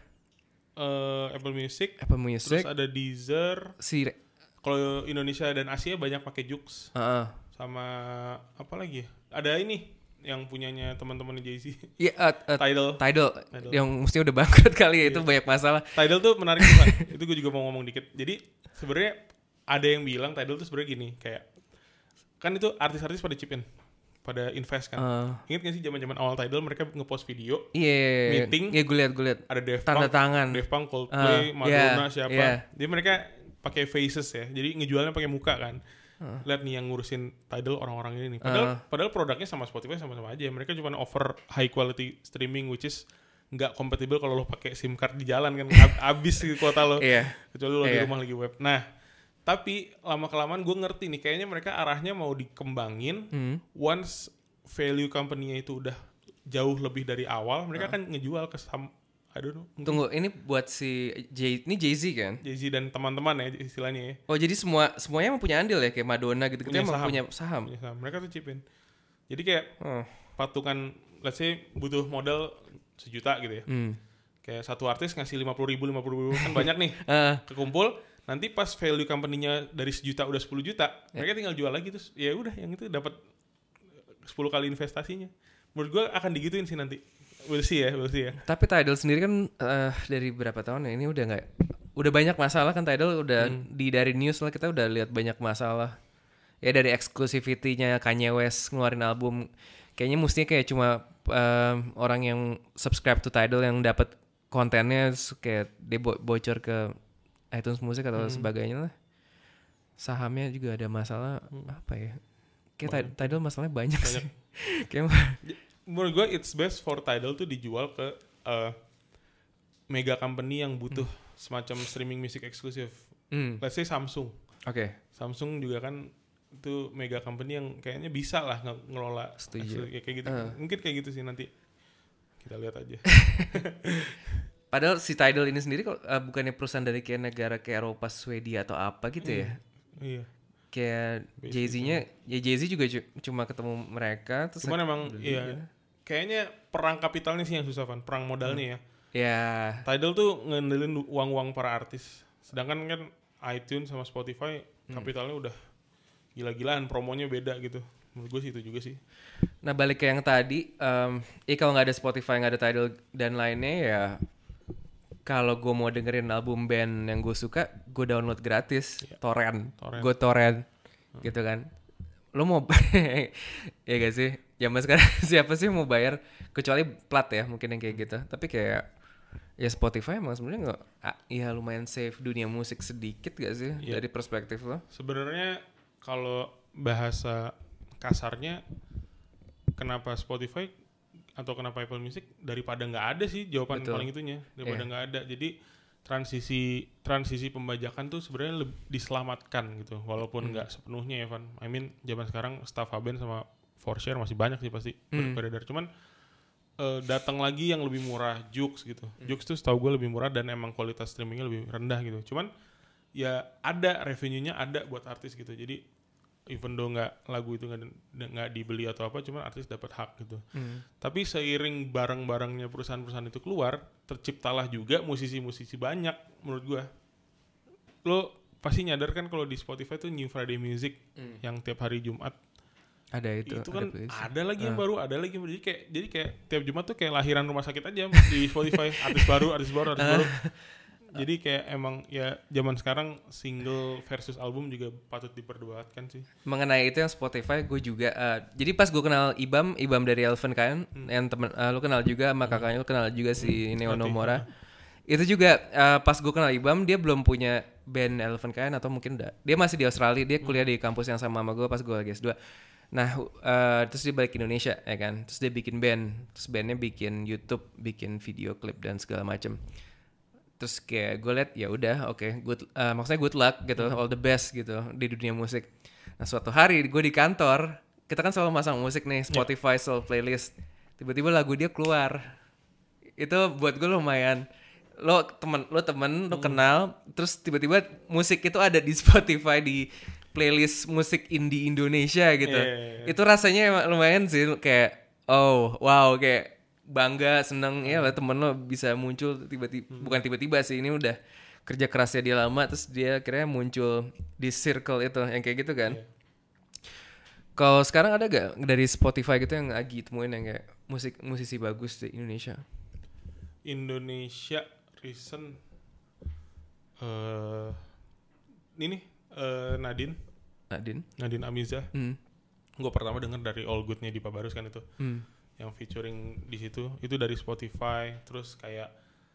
Apple Music, terus ada Deezer. Kalau Indonesia dan Asia banyak pakai Joox. Sama apa lagi ya? Ada ini yang punyanya teman-teman Jay-Z. Iya, Tidal. Yang mestinya udah bangkrut kali ya, itu banyak masalah. Tidal tuh menarik banget. Itu gue juga mau ngomong dikit. Jadi sebenarnya ada yang bilang Tidal tuh sebenarnya gini, kayak kan itu artis-artis pada chip in, pada invest kan. Ingat gak sih zaman-zaman awal Tidal mereka ngepost video, meeting. Iya, gue lihat. Ada tanda tangan. Daft Punk, Coldplay, Madonna siapa. Jadi mereka pakai faces ya. Jadi ngejualnya pakai muka kan. Lihat nih yang ngurusin Tidal orang-orang ini nih. Padahal produknya sama Spotify sama-sama aja. Mereka cuma offer high quality streaming which is nggak kompatibel kalau lo pakai SIM card di jalan kan. Habis kuota lo. Kecuali lo di rumah lagi web. Nah, tapi lama-kelamaan gue ngerti nih kayaknya mereka arahnya mau dikembangin. Once value company-nya itu udah jauh lebih dari awal, mereka akan ngejual ke I don't know. Tunggu, ini buat ini Jay-Z kan? Jay-Z dan teman-teman ya istilahnya ya. Oh, jadi semuanya emang punya andil ya, kayak Madonna gitu. Kita emang punya saham. Mereka tuh chipin. Jadi kayak patungan, let's say butuh modal 1 juta gitu ya. Kayak satu artis ngasih 50.000 kan banyak nih. Kekumpul, nanti pas value company-nya dari 1 juta udah 10 juta, mereka tinggal jual lagi terus ya udah yang itu dapat 10 kali investasinya. Menurut gue akan digituin sih nanti. We'll see ya. Tapi Tidal sendiri kan dari berapa tahun ya ini udah banyak masalah kan. Tidal udah dari news lah kita udah lihat banyak masalah. Ya dari exclusivity-nya Kanye West ngeluarin album, kayaknya mestinya kayak cuma orang yang subscribe to Tidal yang dapat kontennya kayak dia bocor ke iTunes Music atau sebagainya lah. sahamnya juga ada masalah apa ya? Kayak Tidal masalahnya banyak sih. Kayak menurut gue it's best for Tidal tuh dijual ke mega company yang butuh semacam streaming music eksklusif. Let's say Samsung. Samsung juga kan itu mega company yang kayaknya bisa lah ngelola kayak gitu. Mungkin kayak gitu sih, nanti kita lihat aja. Padahal si Tidal ini sendiri bukannya perusahaan dari kayak negara kayak Eropa, Swedia atau apa gitu ya? Iya. Kayak Jay-Z juga cuma ketemu mereka. Terus cuman emang kayaknya perang kapitalnya sih yang susah, Van. Perang modalnya ya. Tidal tuh ngandelin uang-uang para artis. Sedangkan kan iTunes sama Spotify kapitalnya udah gila-gilaan, promonya beda gitu. Menurut gue sih itu juga sih. Nah balik ke yang tadi, kalau nggak ada Spotify, nggak ada Tidal dan lainnya ya, kalau gue mau dengerin album band yang gue suka, gue download gratis, torrent. Gue torrent, gitu kan. Lo mau, ya gak sih? Zaman sekarang siapa sih mau bayar? Kecuali plat ya, mungkin yang kayak gitu. Tapi kayak, ya Spotify emang sebenarnya nggak, ya lumayan save dunia musik sedikit gak sih dari perspektif lo? Sebenarnya kalau bahasa kasarnya, kenapa Spotify atau kenapa Apple Music, daripada nggak ada sih jawaban paling itunya, daripada nggak ada. Jadi transisi pembajakan tuh sebenarnya diselamatkan gitu, walaupun nggak sepenuhnya ya, Van. I mean zaman sekarang Staff Haben sama 4Share masih banyak sih pasti beredar. Cuman datang lagi yang lebih murah, Joox gitu. Joox tuh setahu gue lebih murah dan emang kualitas streamingnya lebih rendah gitu. Cuman ya ada revenue-nya ada buat artis gitu. Jadi even though lagu itu nggak dibeli atau apa, cuman artis dapat hak gitu. Tapi seiring barang-barangnya perusahaan-perusahaan itu keluar, terciptalah juga musisi-musisi banyak menurut gua. Lo pasti nyadar kan kalau di Spotify tuh New Friday Music yang tiap hari Jumat ada itu kan ada lagi yang baru, ada lagi yang baru. Jadi kayak tiap Jumat tuh kayak lahiran rumah sakit aja di Spotify. artis baru. Jadi kayak emang ya zaman sekarang single versus album juga patut diperdebatkan sih. Mengenai itu yang Spotify, gue juga jadi pas gue kenal Ibam dari Elven kan, yang temen lu kenal juga sama kakaknya, lu kenal juga si Neo Nomura. Itu juga pas gue kenal Ibam, dia belum punya band Elven kan, atau mungkin dia masih di Australia, dia kuliah di kampus yang sama gue pas gue lagi S2. Nah terus dia balik ke Indonesia ya kan, terus dia bikin band, terus bandnya bikin YouTube, bikin video klip dan segala macem. Terus kayak gue liat ya udah oke, maksudnya good luck gitu, all the best gitu di dunia musik. Nah suatu hari gue di kantor, kita kan selalu masang musik nih, Spotify selalu playlist. Tiba-tiba lagu dia keluar, itu buat gue lumayan. Lo temen lo kenal, terus tiba-tiba musik itu ada di Spotify di playlist musik indie Indonesia gitu. Itu rasanya lumayan sih, kayak oh wow, kayak bangga, seneng ya lah temen lo bisa muncul tiba-tiba. Bukan tiba-tiba sih, ini udah kerja kerasnya dia lama, terus dia akhirnya muncul di circle itu yang kayak gitu kan. Kalau sekarang ada gak dari Spotify gitu yang lagi temuin yang kayak musisi bagus di Indonesia recent ini Nadine Amizah. Gue pertama denger dari All Good-nya Dipa Barus kan itu. Yang featuring di situ itu dari Spotify. Terus kayak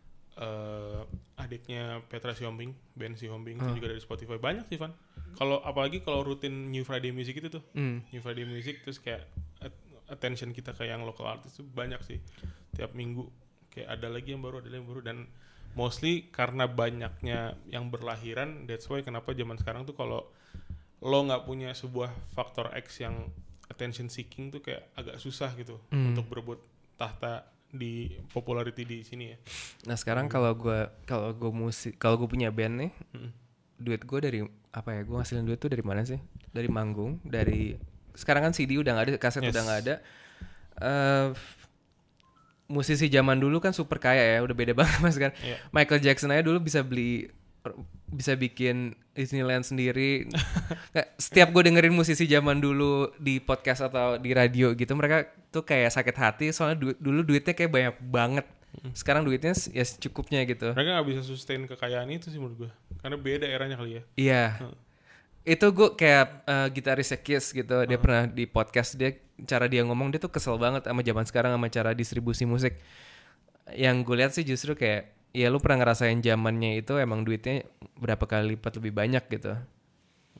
adiknya Petra Sihombing, Ben Sihombing itu juga dari Spotify. Banyak sih, Van. Apalagi kalau rutin New Friday Music itu tuh. New Friday Music, terus kayak attention kita kayak yang local artist tuh banyak sih. Tiap minggu kayak ada lagi yang baru, dan mostly karena banyaknya yang berlahiran, that's why kenapa zaman sekarang tuh kalau lo nggak punya sebuah faktor X yang attention seeking tuh kayak agak susah gitu untuk berebut tahta di popularity di sini ya. Nah sekarang kalau gue punya band nih, duit gue dari apa ya? Gue ngasilin duit tuh dari mana sih? Dari manggung, dari sekarang kan CD udah nggak ada, kaset udah nggak ada. Musisi zaman dulu kan super kaya ya, udah beda banget mas kan. Michael Jackson aja dulu bisa bikin Disneyland sendiri. Setiap gue dengerin musisi zaman dulu di podcast atau di radio gitu, mereka tuh kayak sakit hati soalnya dulu duitnya kayak banyak banget. Sekarang duitnya ya secukupnya gitu. Mereka gak bisa sustain kekayaan itu sih menurut gue, karena beda eranya kali ya. Iya. Itu gue kayak gitarisnya Kiss gitu, dia pernah di podcast, cara dia ngomong, dia tuh kesel banget sama zaman sekarang sama cara distribusi musik. Yang gue lihat sih justru kayak, ya lu pernah ngerasain zamannya itu emang duitnya berapa kali lipat lebih banyak gitu.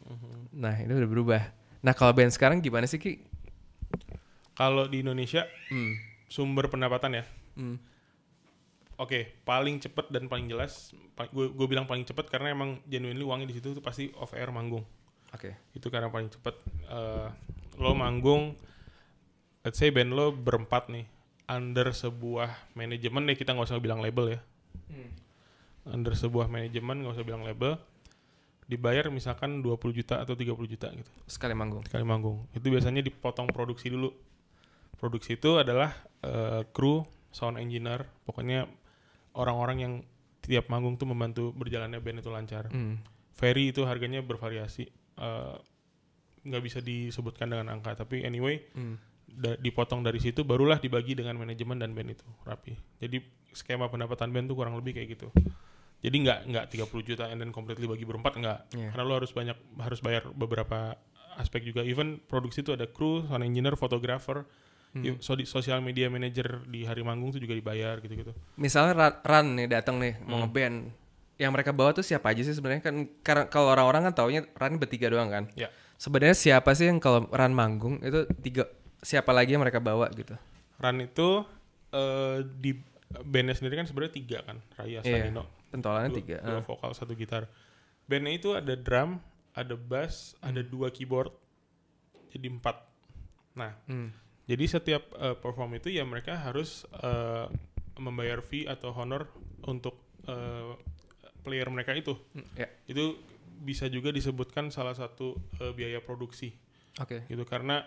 Nah itu udah berubah. Nah kalau band sekarang gimana sih Ki? Kalau di Indonesia sumber pendapatan ya. Oke, paling cepet dan paling jelas. Gue bilang paling cepet karena emang genuinely uangnya di situ tuh pasti off air manggung. Oke. Itu karena paling cepet. Lo manggung, let's say band lo berempat nih under sebuah manajemen deh, kita nggak usah bilang label ya. Under sebuah manajemen, nggak usah bilang label, dibayar misalkan 20 juta atau 30 juta gitu. Sekali manggung. Itu biasanya dipotong produksi dulu. Produksi itu adalah kru, sound engineer, pokoknya orang-orang yang tiap manggung tuh membantu berjalannya band itu lancar. Ferry itu harganya bervariasi, nggak bisa disebutkan dengan angka, tapi anyway dipotong dari situ, barulah dibagi dengan manajemen dan band itu rapi. Jadi skema pendapatan band tuh kurang lebih kayak gitu. Jadi nggak 30 juta and then completely bagi berempat, nggak. Karena lo harus bayar beberapa aspek juga. Even produksi itu ada kru, sound engineer, fotografer, social media manager di hari manggung tuh juga dibayar gitu-gitu. Misalnya Ran nih datang nih mau ngeband, yang mereka bawa tuh siapa aja sih sebenarnya? Kan karena kalau orang-orang kan taunya Ran bertiga doang kan. Ya. Sebenarnya siapa sih yang kalau Ran manggung itu siapa lagi yang mereka bawa gitu? Ran itu di bandnya sendiri kan sebenarnya 3 kan, Raya, Sanino. Pentolannya 3. 2 vokal, 1 gitar. Bandnya itu ada drum, ada bass, ada 2 keyboard, jadi 4. Nah. Jadi setiap perform itu ya mereka harus membayar fee atau honor untuk player mereka itu. Itu bisa juga disebutkan salah satu biaya produksi. Gitu karena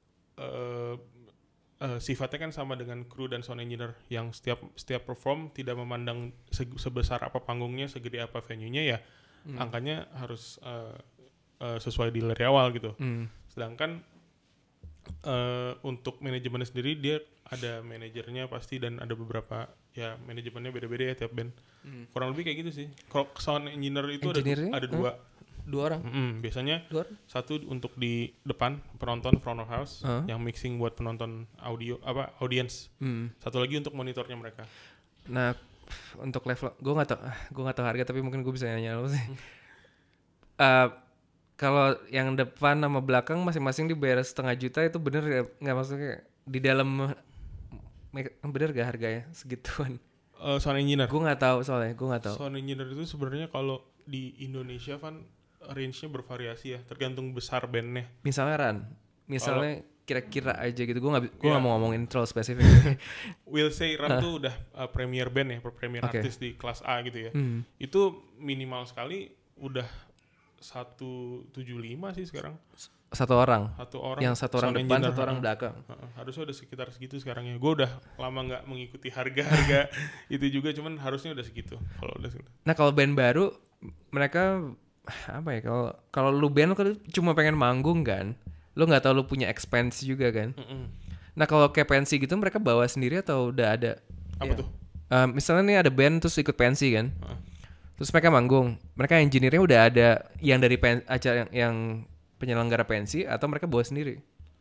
sifatnya kan sama dengan kru dan sound engineer yang setiap perform tidak memandang sebesar apa panggungnya, segede apa venue-nya ya. Angkanya harus sesuai deal dari awal gitu. Sedangkan untuk manajemennya sendiri dia ada manajernya pasti dan ada beberapa ya manajemennya beda-beda ya tiap band. Kurang lebih kayak gitu sih. Kalau sound engineer itu ada 2 orang. Biasanya 1 untuk di depan penonton front of house yang mixing buat penonton audience. 1 lagi untuk monitornya mereka. Nah untuk level gue nggak tahu harga tapi mungkin gue bisa nanya lo sih. Kalau yang depan sama belakang masing-masing dibayar 500 juta itu bener nggak, maksudnya di dalam bener gak harganya segituan? Sound engineer? Gue nggak tahu soalnya, Sound engineer itu sebenarnya kalau di Indonesia kan range-nya bervariasi ya, tergantung besar bandnya. Misalnya kira-kira aja gitu, gue nggak mau ngomongin terlalu spesifik. Will say Ran tuh udah premier band ya, premier artis di kelas A gitu ya. Itu minimal sekali udah 175 sih sekarang. Satu orang. Yang 1 orang depan, 1 orang belakang. Harusnya udah sekitar segitu sekarang ya. Gue udah lama nggak mengikuti harga itu juga, cuman harusnya udah segitu. Kalau udah segitu. Nah kalau band baru mereka apa ya? Kalau lu band lu kan cuma pengen manggung kan, lu nggak tahu lu punya expense juga kan. Nah kalau kayak pensi gitu mereka bawa sendiri atau udah ada? Apa tuh? Misalnya nih ada band terus ikut pensi kan. Terus mereka manggung, mereka engineer-nya udah ada yang dari acara yang penyelenggara pensi atau mereka bawa sendiri?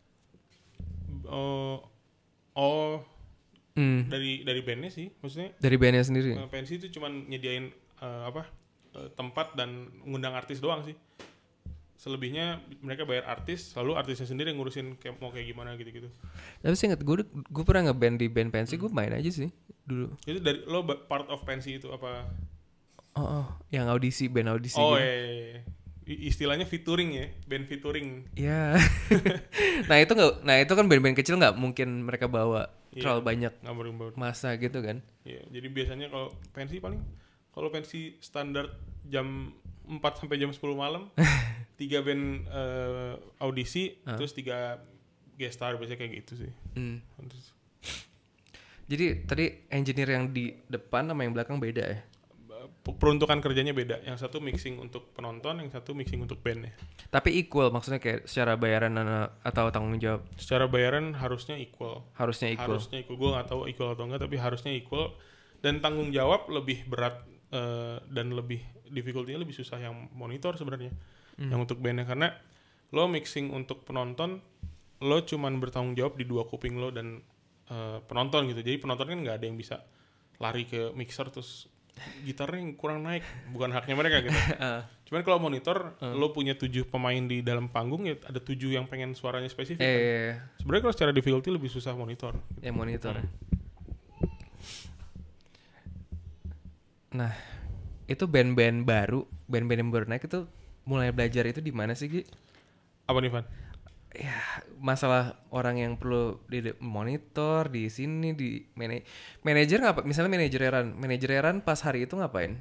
Dari bandnya sih, maksudnya. Dari bandnya sendiri. Pensi itu cuma nyediain tempat dan ngundang artis doang sih. Selebihnya mereka bayar artis, lalu artisnya sendiri yang ngurusin mau kayak gimana gitu-gitu. Tapi sih inget gue pernah ngeband di band pensi, gue main aja sih dulu. Itu dari lo part of pensi itu apa? Yang band audisi. Iya. Istilahnya featuring ya, band featuring. Iya. Nah itu kan band-band kecil nggak mungkin mereka bawa terlalu banyak masa gitu kan. Iya, jadi biasanya kalau pensi standar jam 4 sampai jam 10 malam 3 band audisi, terus 3 guest star, biasanya kayak gitu sih. Jadi tadi engineer yang di depan sama yang belakang beda ya? Peruntukan kerjanya beda. Yang satu mixing untuk penonton, yang satu mixing untuk bandnya. Tapi equal, maksudnya kayak secara bayaran atau tanggung jawab? Secara bayaran harusnya equal. Harusnya equal. Gue nggak tahu equal atau enggak, tapi harusnya equal. Dan tanggung jawab lebih berat dan lebih difficulty-nya lebih susah yang monitor sebenarnya. Yang untuk bandnya, karena lo mixing untuk penonton, lo cuman bertanggung jawab di 2 kuping lo dan penonton gitu. Jadi penonton kan nggak ada yang bisa lari ke mixer terus gitarnya kurang naik, bukan haknya mereka gitu. Cuman kalau monitor, lo punya 7 pemain di dalam panggung, ya ada 7 yang pengen suaranya spesifik. Kan? Sebenarnya kalau secara difficulty lebih susah monitor. Gitu. Ya monitor. Nah, itu band-band yang baru naik itu mulai belajar itu di mana sih, Gi? Apa nih, Van? Ya, masalah orang yang perlu di monitor di sini di manajer ngapa? Misalnya manajer Eran pas hari itu ngapain?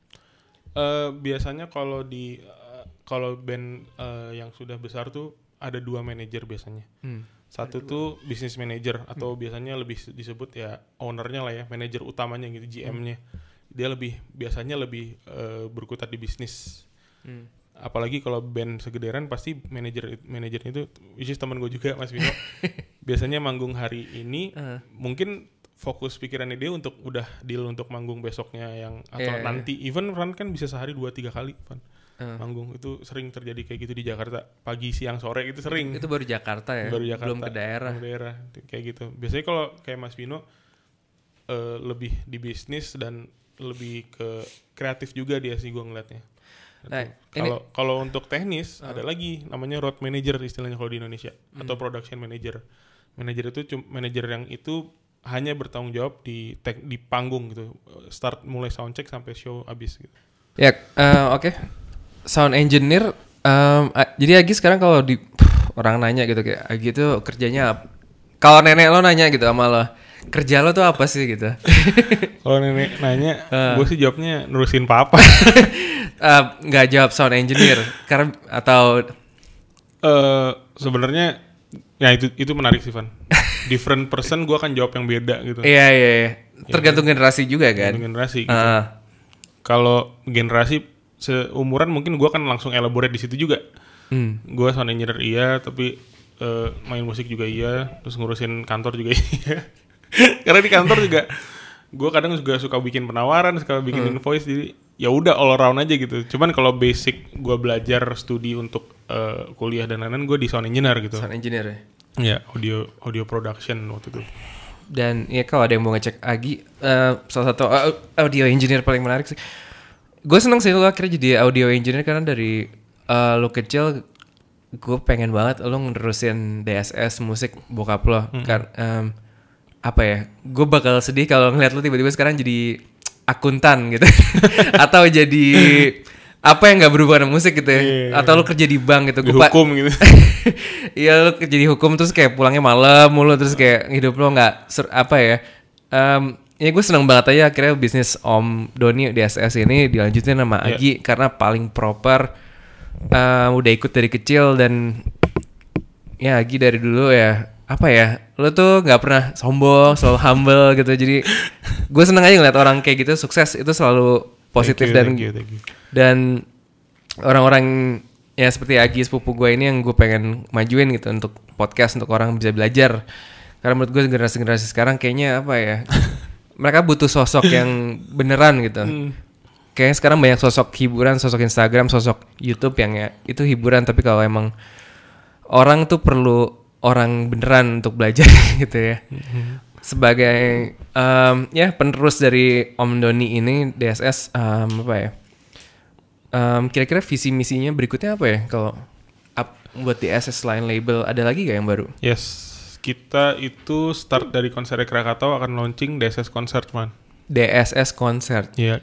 Biasanya kalau kalau band yang sudah besar tuh ada 2 manajer biasanya. Satu tuh business manager atau biasanya lebih disebut ya ownernya lah ya, manajer utamanya gitu, GM-nya. Dia biasanya lebih berkutat di bisnis. Apalagi kalau band segederan pasti manajer itu, which is teman gue juga, Mas Vino. Biasanya manggung hari ini mungkin fokus pikirannya dia untuk udah deal untuk manggung besoknya atau nanti. Even run kan bisa sehari 2-3 kali Van. Manggung itu sering terjadi kayak gitu di Jakarta, pagi siang sore itu sering. Itu baru Jakarta ya, belum ke daerah. Kayak gitu. Biasanya kalau kayak Mas Vino lebih di bisnis dan lebih ke kreatif juga dia sih gue ngeliatnya. Nah, kalau untuk teknis ada lagi namanya road manager istilahnya kalau di Indonesia atau production manager. Manager itu manager yang itu hanya bertanggung jawab di panggung gitu, start mulai soundcheck sampai show habis gitu. Ya, oke. Sound engineer, jadi Agi sekarang kalau di orang nanya gitu kayak Agi itu kerjanya apa? Kalau nenek lo nanya gitu sama lo, kerja lo tuh apa sih gitu? Kalau nenek nanya, gue sih jawabnya nurusin papa. Nggak jawab sound engineer karena atau sebenarnya ya itu menarik sih Van. Different person gue akan jawab yang beda gitu. Iya. Tergantung generasi juga kan. Tergantung generasi gitu. Kalau generasi seumuran mungkin gue akan langsung elaborate di situ juga. Gue sound engineer iya, tapi main musik juga iya, terus ngurusin kantor juga iya. Karena di kantor juga gue kadang juga suka bikin penawaran, suka bikin invoice, jadi ya udah all around aja gitu. Cuman kalau basic gue belajar studi untuk kuliah dan lain-lain, gue di sound engineer gitu. Sound engineer ya? Ya, audio production waktu itu. Dan ya kalau ada yang mau ngecek Agi, salah satu audio engineer paling menarik sih. Gue seneng sih lo akhirnya jadi audio engineer karena dari lo kecil gue pengen banget lo ngerusin DSS musik bokap lo. Kan apa ya? Gue bakal sedih kalau ngeliat lo tiba-tiba sekarang jadi akuntan gitu, atau jadi apa yang nggak berhubungan dengan musik gitu ya, atau lo kerja di bank gitu, di hukum gitu. Iya, lo kerja di hukum terus kayak pulangnya malam mulu, terus kayak hidup lo nggak apa ya. Ya gue seneng banget aja akhirnya bisnis Om Doni DSS ini dilanjutin sama Agi karena paling proper, udah ikut dari kecil dan ya Agi dari dulu ya apa ya, lo tuh nggak pernah sombong, selalu humble gitu. Jadi gue seneng aja ngeliat orang kayak gitu sukses, itu selalu positif. Thank you. Dan orang-orang ya seperti Agi sepupu gue ini yang gue pengen majuin gitu untuk podcast, untuk orang bisa belajar. Karena menurut gue generasi sekarang kayaknya apa ya, mereka butuh sosok yang beneran gitu. Kayaknya sekarang banyak sosok hiburan, sosok Instagram, sosok YouTube yang ya itu hiburan, tapi kalau emang orang tuh perlu orang beneran untuk belajar gitu ya. Sebagai ya penerus dari Om Doni ini DSS, apa ya? Kira-kira visi misinya berikutnya apa ya kalau buat DSS selain label, ada lagi gak yang baru? Yes, kita itu start dari konser Krakatau akan launching DSS Concert man. DSS Concert. Iya,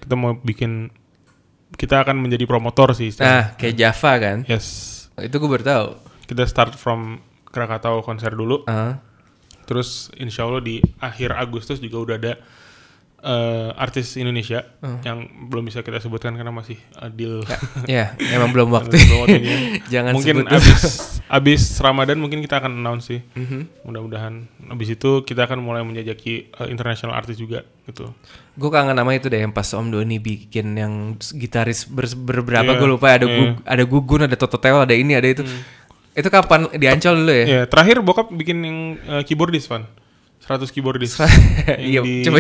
kita akan menjadi promotor sih. Kayak Java kan? Yes. Itu gue baru tahu. Kita start from Krakatau konser dulu. Terus insya Allah di akhir Agustus juga udah ada artis Indonesia yang belum bisa kita sebutkan karena masih deal. Ya, emang belum waktu. Jangan mungkin sebut. abis Ramadan mungkin kita akan announce sih. Mudah-mudahan abis itu kita akan mulai menjajaki international artis juga gitu. Gue kangen nama itu deh yang pas Om Doni bikin yang gitaris berberapa gue lupa, ada Gugun, ada Toto Teo, ada ini, ada itu. Itu kapan di Ancol dulu ya? Iya, terakhir bokap bikin yang keyboardist Van. 100 keyboardist. Iya,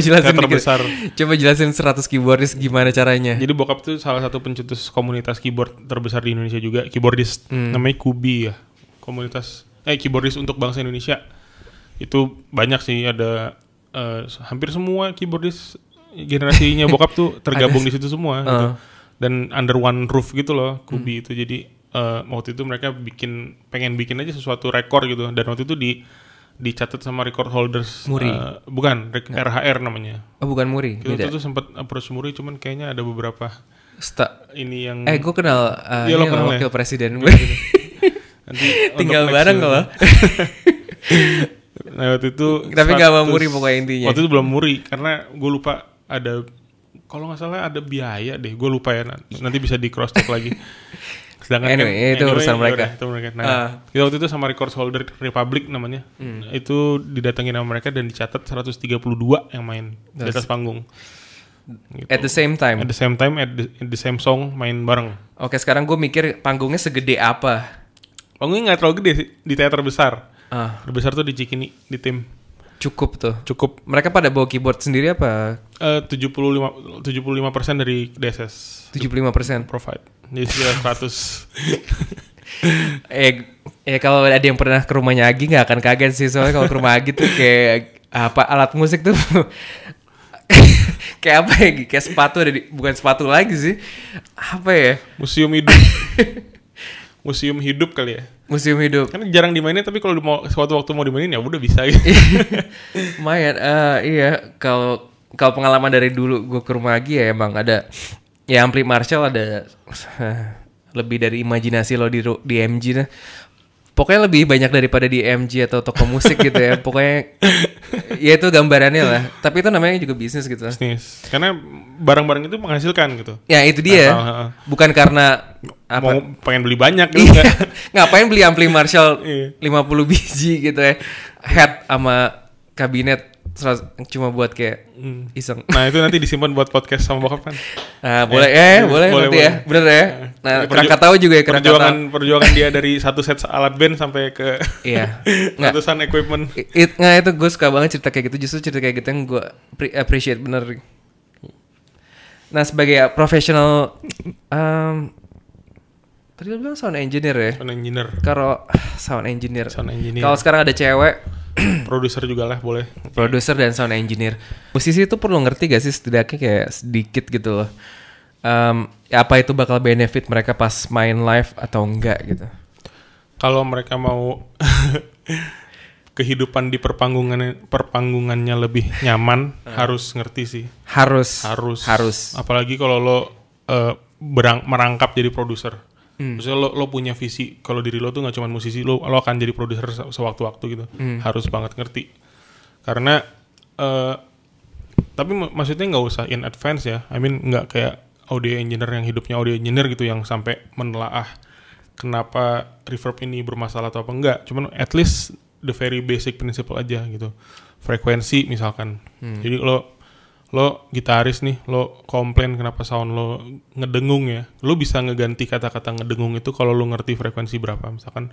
coba jelasin 100 keyboardist gimana caranya. Jadi bokap tuh salah satu pencetus komunitas keyboard terbesar di Indonesia juga, keyboardist. Namanya Kubi ya. Komunitas keyboardist untuk bangsa Indonesia. Itu banyak sih, ada hampir semua keyboardist generasinya bokap tuh tergabung di situ semua gitu. dan under one roof gitu loh Kubi itu. Jadi waktu itu mereka pengen bikin aja sesuatu rekor gitu, dan waktu itu dicatat sama record holders. Muri. Bukan, RHR namanya. Oh, bukan Muri. Kita tuh sempat approach Muri, cuman kayaknya ada beberapa ini yang gue kenal lo kenal wakil presiden. Nanti tinggal bareng loh. Nah waktu itu tapi nggak mau Muri pokoknya intinya. Waktu itu belum Muri karena gue lupa ada, kalau nggak salah ada biaya deh, gue lupa ya, nanti bisa di cross check lagi. Sedangkan itu urusan mereka. Itu mereka. Nah, kita waktu itu sama record holder Republic namanya, itu didatengin sama mereka dan dicatat 132 yang main di atas panggung. Gitu. At the same time, at the same song main bareng. Oke, sekarang gue mikir panggungnya segede apa? Panggungnya nggak terlalu gede sih, di teater besar. Terbesar tuh di Cikini, di tim. Cukup tuh. Cukup. Mereka pada bawa keyboard sendiri apa? 75% dari DSS. 75%. Provide. Jadi 100. Kalau ada yang pernah ke rumahnya Agi nggak akan kaget sih, soalnya kalau ke rumah Agi tuh kayak apa alat musik tuh kayak apa ya? Kayak sepatu bukan sepatu lagi sih. Apa ya? Museum hidup. Museum hidup kali ya. Museum hidup. Kan jarang dimainin, tapi kalau suatu waktu mau dimainin ya udah bisa gitu. Lumayan. Iya, kalau pengalaman dari dulu gue ke rumah Agi ya emang ada ya ampli Marshall, ada lebih dari imajinasi lo di MG nah. Pokoknya lebih banyak daripada di MG atau toko musik gitu ya. Pokoknya ya itu gambarannya lah. Tapi itu namanya juga bisnis gitu. Bisnis. Karena barang-barang itu menghasilkan gitu. Ya itu dia. Bukan karena mau pengen beli banyak gitu. Ngapain beli ampli Marshall 50 biji gitu ya. Head sama kabinet cuma buat kayak iseng. Nah itu nanti disimpan buat podcast sama bokap kan. Nah boleh nanti ya. Bener ya. Nah Krakatau juga ya. Perjuangan dia dari satu set alat band sampai ke ratusan equipment. Itu gue suka banget cerita kayak gitu. Justru cerita kayak gitu yang gue appreciate bener. Nah sebagai profesional tadi lo bilang sound engineer ya. Kalau sound engineer. Kalau sekarang ada cewek produser juga lah boleh. Produser dan sound engineer. Musisi itu perlu ngerti gak sih setidaknya kayak sedikit gitu loh. Apa itu bakal benefit mereka pas main live atau enggak gitu. Kalau mereka mau kehidupan di perpanggungannya lebih nyaman, harus ngerti sih. Harus. Apalagi kalau lo merangkap jadi produser. Maksudnya lo punya visi, kalau diri lo tuh gak cuma musisi, lo akan jadi produser sewaktu-waktu gitu. Harus banget ngerti. Karena tapi maksudnya gak usah in advance ya. I mean gak kayak audio engineer yang hidupnya audio engineer gitu, yang sampai menelaah kenapa reverb ini bermasalah atau apa enggak. Cuman at least the very basic principle aja gitu. Frekuensi misalkan. Jadi lo gitaris nih, lo komplain kenapa sound lo ngedengung ya. Lo bisa ngeganti kata-kata ngedengung itu kalau lo ngerti frekuensi berapa. Misalkan,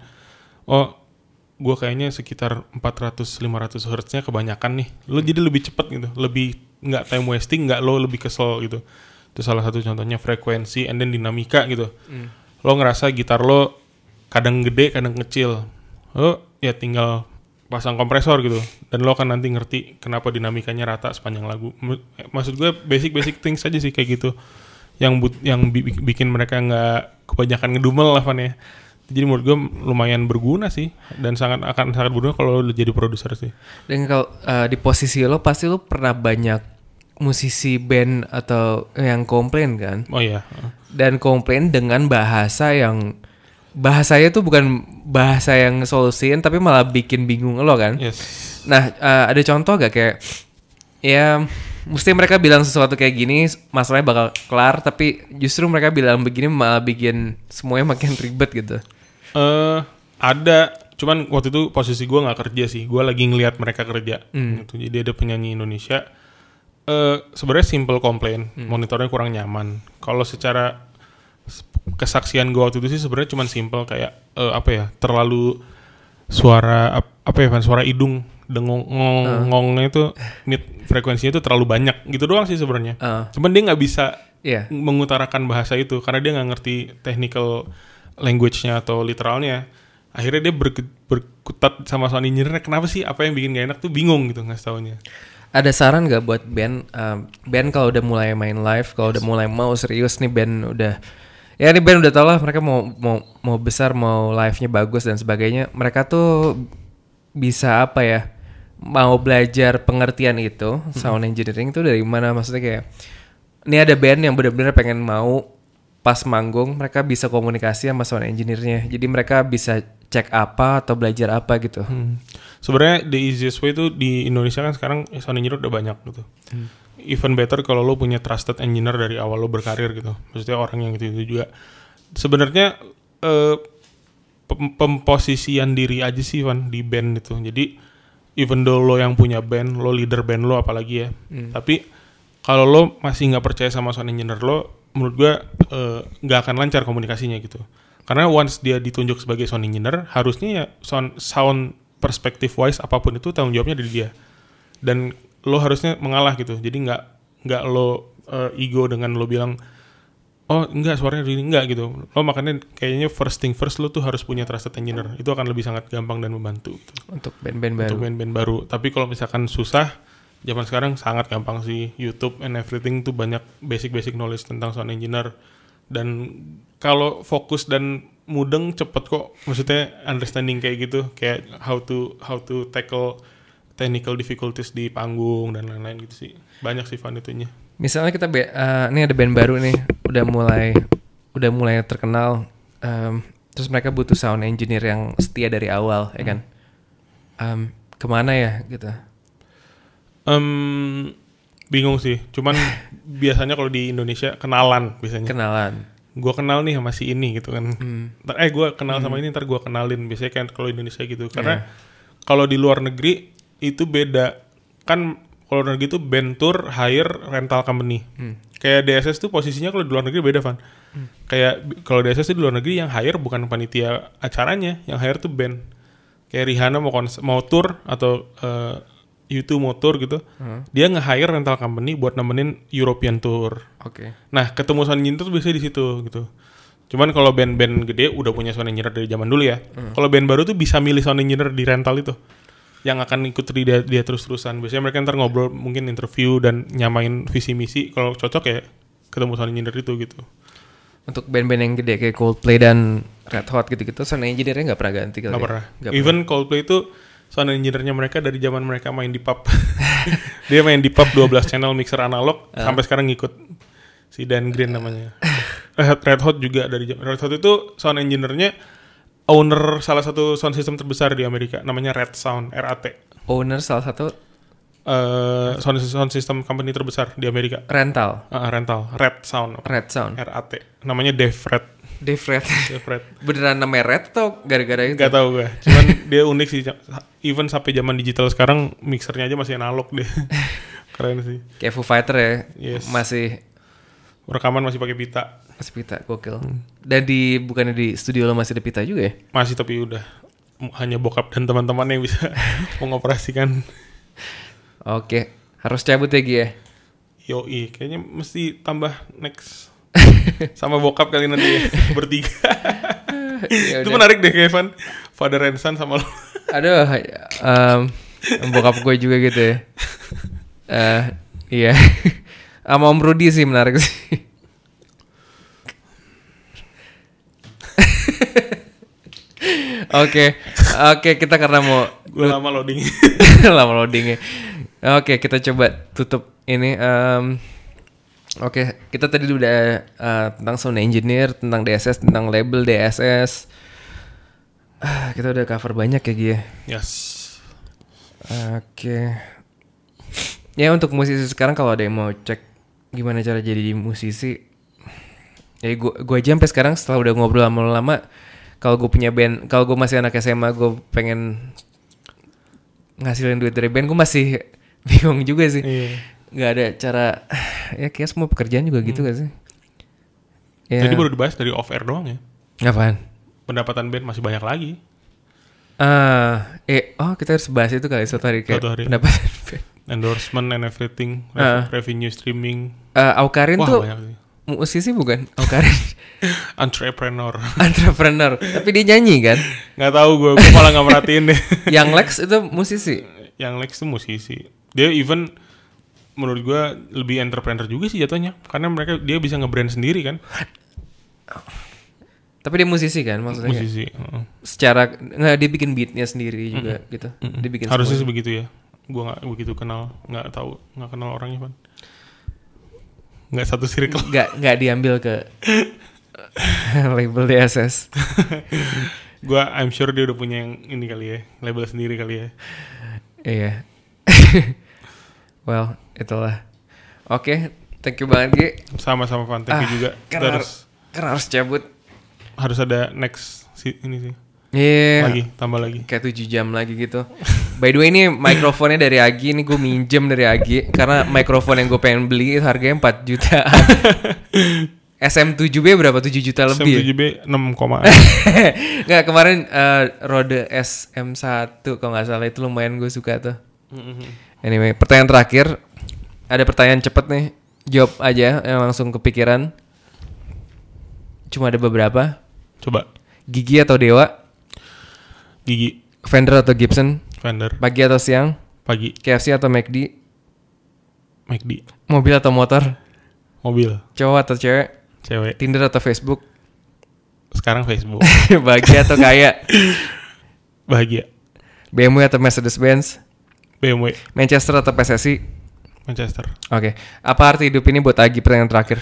gue kayaknya sekitar 400-500 Hz-nya kebanyakan nih. Lo jadi lebih cepet gitu, lebih nggak time wasting, nggak lo lebih kesel gitu. Itu salah satu contohnya, frekuensi and then dinamika gitu. Lo ngerasa gitar lo kadang gede, kadang kecil. Lo ya tinggal pasang kompresor gitu, dan lo akan nanti ngerti kenapa dinamikanya rata sepanjang lagu. Maksud gue basic things aja sih kayak gitu, yang bikin mereka nggak kebanyakan ngedumel lah Van ya. Jadi menurut gue lumayan berguna sih, dan akan sangat berguna kalau lo jadi produser sih. Dan kalau di posisi lo pasti lo pernah banyak musisi band atau yang komplain kan? Oh iya. Dan komplain dengan bahasanya tuh bukan bahasa yang solusiin, tapi malah bikin bingung lo kan. Yes. Nah ada contoh gak kayak ya mesti mereka bilang sesuatu kayak gini masalahnya bakal kelar, tapi justru mereka bilang begini malah bikin semuanya makin ribet gitu. Ada, cuman waktu itu posisi gue nggak kerja sih, gue lagi ngelihat mereka kerja gitu. Jadi ada penyanyi Indonesia sebenarnya simple komplain, monitornya kurang nyaman. Kalau secara kesaksian gue waktu itu sih sebenarnya cuma simple kayak terlalu suara suara hidung ngongnya itu mid frekuensinya itu terlalu banyak gitu doang sih sebenarnya. Cuman dia nggak bisa mengutarakan bahasa itu karena dia nggak ngerti technical language-nya atau literalnya. Akhirnya dia berkutat sama sound engineer, kenapa sih apa yang bikin gak enak tuh bingung gitu ngasih taunya. Ada saran gak buat band? Band kalau udah mulai main live, kalau udah mulai mau serius nih band udah, ya ini band udah tau lah mereka mau besar, mau live-nya bagus dan sebagainya. Mereka tuh bisa apa ya? Mau belajar pengertian itu, sound engineering itu dari mana? Maksudnya kayak ini ada band yang benar-benar pengen mau pas manggung mereka bisa komunikasi sama sound engineer-nya. Jadi mereka bisa cek apa atau belajar apa gitu. Sebenarnya the easiest way itu di Indonesia kan sekarang sound engineer udah banyak gitu. Even better kalau lo punya trusted engineer dari awal lo berkarir gitu. Maksudnya orang yang itu juga. Sebenarnya pemposisian diri aja sih Van di band itu. Jadi even though lo yang punya band, lo leader band lo apalagi ya. Tapi kalau lo masih nggak percaya sama sound engineer lo, menurut gue nggak akan lancar komunikasinya gitu. Karena once dia ditunjuk sebagai sound engineer, harusnya ya sound perspective wise apapun itu tanggung jawabnya dari dia. Dan lo harusnya mengalah gitu. Jadi nggak lo ego dengan lo bilang, oh enggak suaranya ini enggak gitu. Lo makanya kayaknya first thing first lo tuh harus punya trusted engineer. Itu akan lebih sangat gampang dan membantu gitu. Untuk band-band baru. Untuk band-band baru. Tapi kalau misalkan susah, zaman sekarang sangat gampang sih. YouTube and everything tuh banyak basic knowledge tentang sound engineer. Dan kalau fokus dan mudeng cepet kok. Maksudnya understanding kayak gitu, kayak how to tackle technical difficulties di panggung dan lain-lain gitu sih. Banyak sih fun itunya. Misalnya kita ini ada band baru nih, udah mulai terkenal, terus mereka butuh sound engineer yang setia dari awal, ya kan? Kemana ya gitu? Bingung sih. Cuman biasanya kalau di Indonesia kenalan biasanya. Kenalan. Gue kenal nih sama si ini gitu kan. Ntar gue kenal sama ini, ntar gue kenalin. Biasanya kan kalau Indonesia gitu. Karena kalau di luar negeri itu beda. Kan kalau luar negeri itu band tour, hire, rental company. Kayak DSS tuh posisinya kalau di luar negeri beda, Van. Kayak kalau DSS tuh di luar negeri yang hire bukan panitia acaranya, yang hire tuh band. Kayak Rihanna mau tour atau U2 mau tour gitu, dia nge-hire rental company buat nemenin European tour. Oke. Nah, ketemu sound engineer tuh biasanya di situ gitu. Cuman kalau band-band gede udah punya sound engineer dari zaman dulu ya. Kalau band baru tuh bisa milih sound engineer di rental itu, yang akan ikut dia terus-terusan. Biasanya mereka ntar ngobrol, mungkin interview dan nyamain visi misi. Kalau cocok ya ketemu sound engineer itu gitu. Untuk band-band yang gede kayak Coldplay dan Red Hot gitu-gitu, sound engineer-nya nggak pernah ganti kali. Nggak pernah. Even Coldplay itu sound engineer-nya mereka dari zaman mereka main di pub. Dia main di pub 12 channel mixer analog sampai sekarang ngikut. Si Dan Green namanya. Red Hot juga dari Red Hot itu sound engineer-nya owner salah satu sound system terbesar di Amerika, namanya Red Sound, RAT. Owner salah satu sound system company terbesar di Amerika. Rental. Rental, Red Sound. Red Sound. RAT. Namanya Dave Red. Beneran namanya Red atau gara-gara itu? Gak tau gue. Cuman dia unik sih. Even sampai zaman digital sekarang mixernya aja masih analog deh. Keren sih. Kayak Foo Fighter ya. Yes. Masih rekaman masih pakai pita. Masih pita, gokil. Dan bukannya di studio lo masih ada pita juga ya? Masih, tapi udah hanya bokap dan teman-teman yang bisa mengoperasikan. Oke, harus cabut ya Gi ya? Yoi, kayaknya mesti tambah next. Sama bokap kali nanti ya, bertiga. Itu menarik deh Kevin, father and son sama lo. Aduh, bokap gue juga gitu ya. Iya. Sama Om Rudy sih menarik sih. Oke, kita karena mau gue lama loadingnya. Oke, kita coba tutup ini. Oke, kita tadi udah tentang sound engineer, tentang DSS, tentang label DSS. Kita udah cover banyak ya Gi ya. Yes. Oke. Ya untuk musisi sekarang kalau ada yang mau cek gimana cara jadi musisi, ya gue aja sampai sekarang setelah udah ngobrol lama-lama, kalau gue punya band, kalau gue masih anak SMA, gue pengen ngasilin duit dari band, gue masih bingung juga sih. Nggak ada cara, ya kayak semua pekerjaan juga gitu gak sih? Ya. Jadi baru dibahas dari off air doang ya? Apaan? Pendapatan band masih banyak lagi. Kita harus bahas itu kali suatu hari kayak pendapatan band. Endorsement and everything, revenue streaming. Aukarin tuh musisi bukan? Aukarin entrepreneur. Tapi dia nyanyi kan? Nggak tahu gue malah nggak merhatiin deh. Yang Lex itu musisi. Yang Lex itu musisi. Dia even menurut gue lebih entrepreneur juga sih jatuhnya, karena dia bisa nge-brand sendiri kan. Tapi dia musisi kan maksudnya? Musisi. Secara nggak, dia bikin beatnya sendiri juga gitu. Dia bikin harusnya sih begitu ya. Gue nggak begitu kenal orangnya Van. Nggak satu circle. Nggak diambil ke label DSS. I'm sure dia udah punya yang ini kali ya, label sendiri kali ya. Iya. Well, itulah. Oke, thank you banget Gi. Sama-sama Van, thank you juga. Karena harus cabut. Harus ada next ini sih. Iya. Tambah lagi. Kayak 7 jam lagi gitu. By the way, ini mikrofonnya dari Agi. Ini gue minjem dari Agi. Karena mikrofon yang gue pengen beli itu harganya 4 jutaan. SM7B berapa? 7 juta lebih. SM7B 6, Nggak, kemarin Rode SM1 kalau nggak salah, itu lumayan gue suka tuh. Anyway, pertanyaan terakhir. Ada pertanyaan cepet nih. Jawab aja yang langsung kepikiran. Cuma ada beberapa. Coba. Gigi atau Dewa? Gigi. Fender atau Gibson? Fender. Pagi atau siang? Pagi. KFC atau McD? McD. Mobil atau motor? Mobil. Cowok atau cewek? Cewek. Tinder atau Facebook? Sekarang Facebook. Bahagia atau kaya? Bahagia. BMW atau Mercedes-Benz? BMW. Manchester atau PSSI? Manchester. Oke. Apa arti hidup ini buat Agi? Pertanyaan terakhir.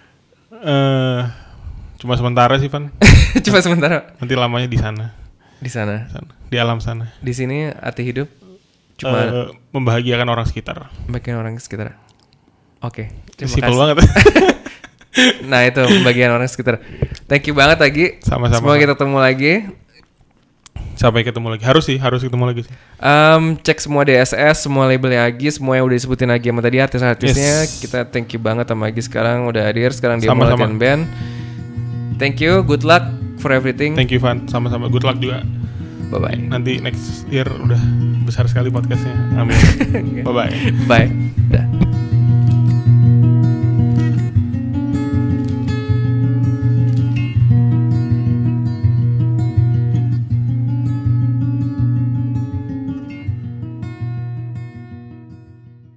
Cuma sementara sih Van. Cuma sementara. Nanti lamanya di sana. Di sana. Di alam sana. Di sini arti hidup cuma membahagiakan orang sekitar. Membahagiakan orang sekitar. Oke. Terima Simpel kasih. banget. Nah itu membahagiakan orang sekitar. Thank you banget Agi. Sama-sama. Semoga kita ketemu lagi. Sampai ketemu lagi. Harus ketemu lagi sih. Cek semua DSS, semua labelnya Agi, semua yang udah disebutin Agi sama tadi artis-artisnya. Yes. Kita thank you banget sama Agi sekarang udah hadir. Sekarang dia mau Sama-sama. latihan band. Thank you, good luck for everything. Thank you Van, sama-sama. Good luck juga. Bye-bye. Nanti next year udah besar sekali podcastnya. Amin. Bye-bye. Bye. Dah.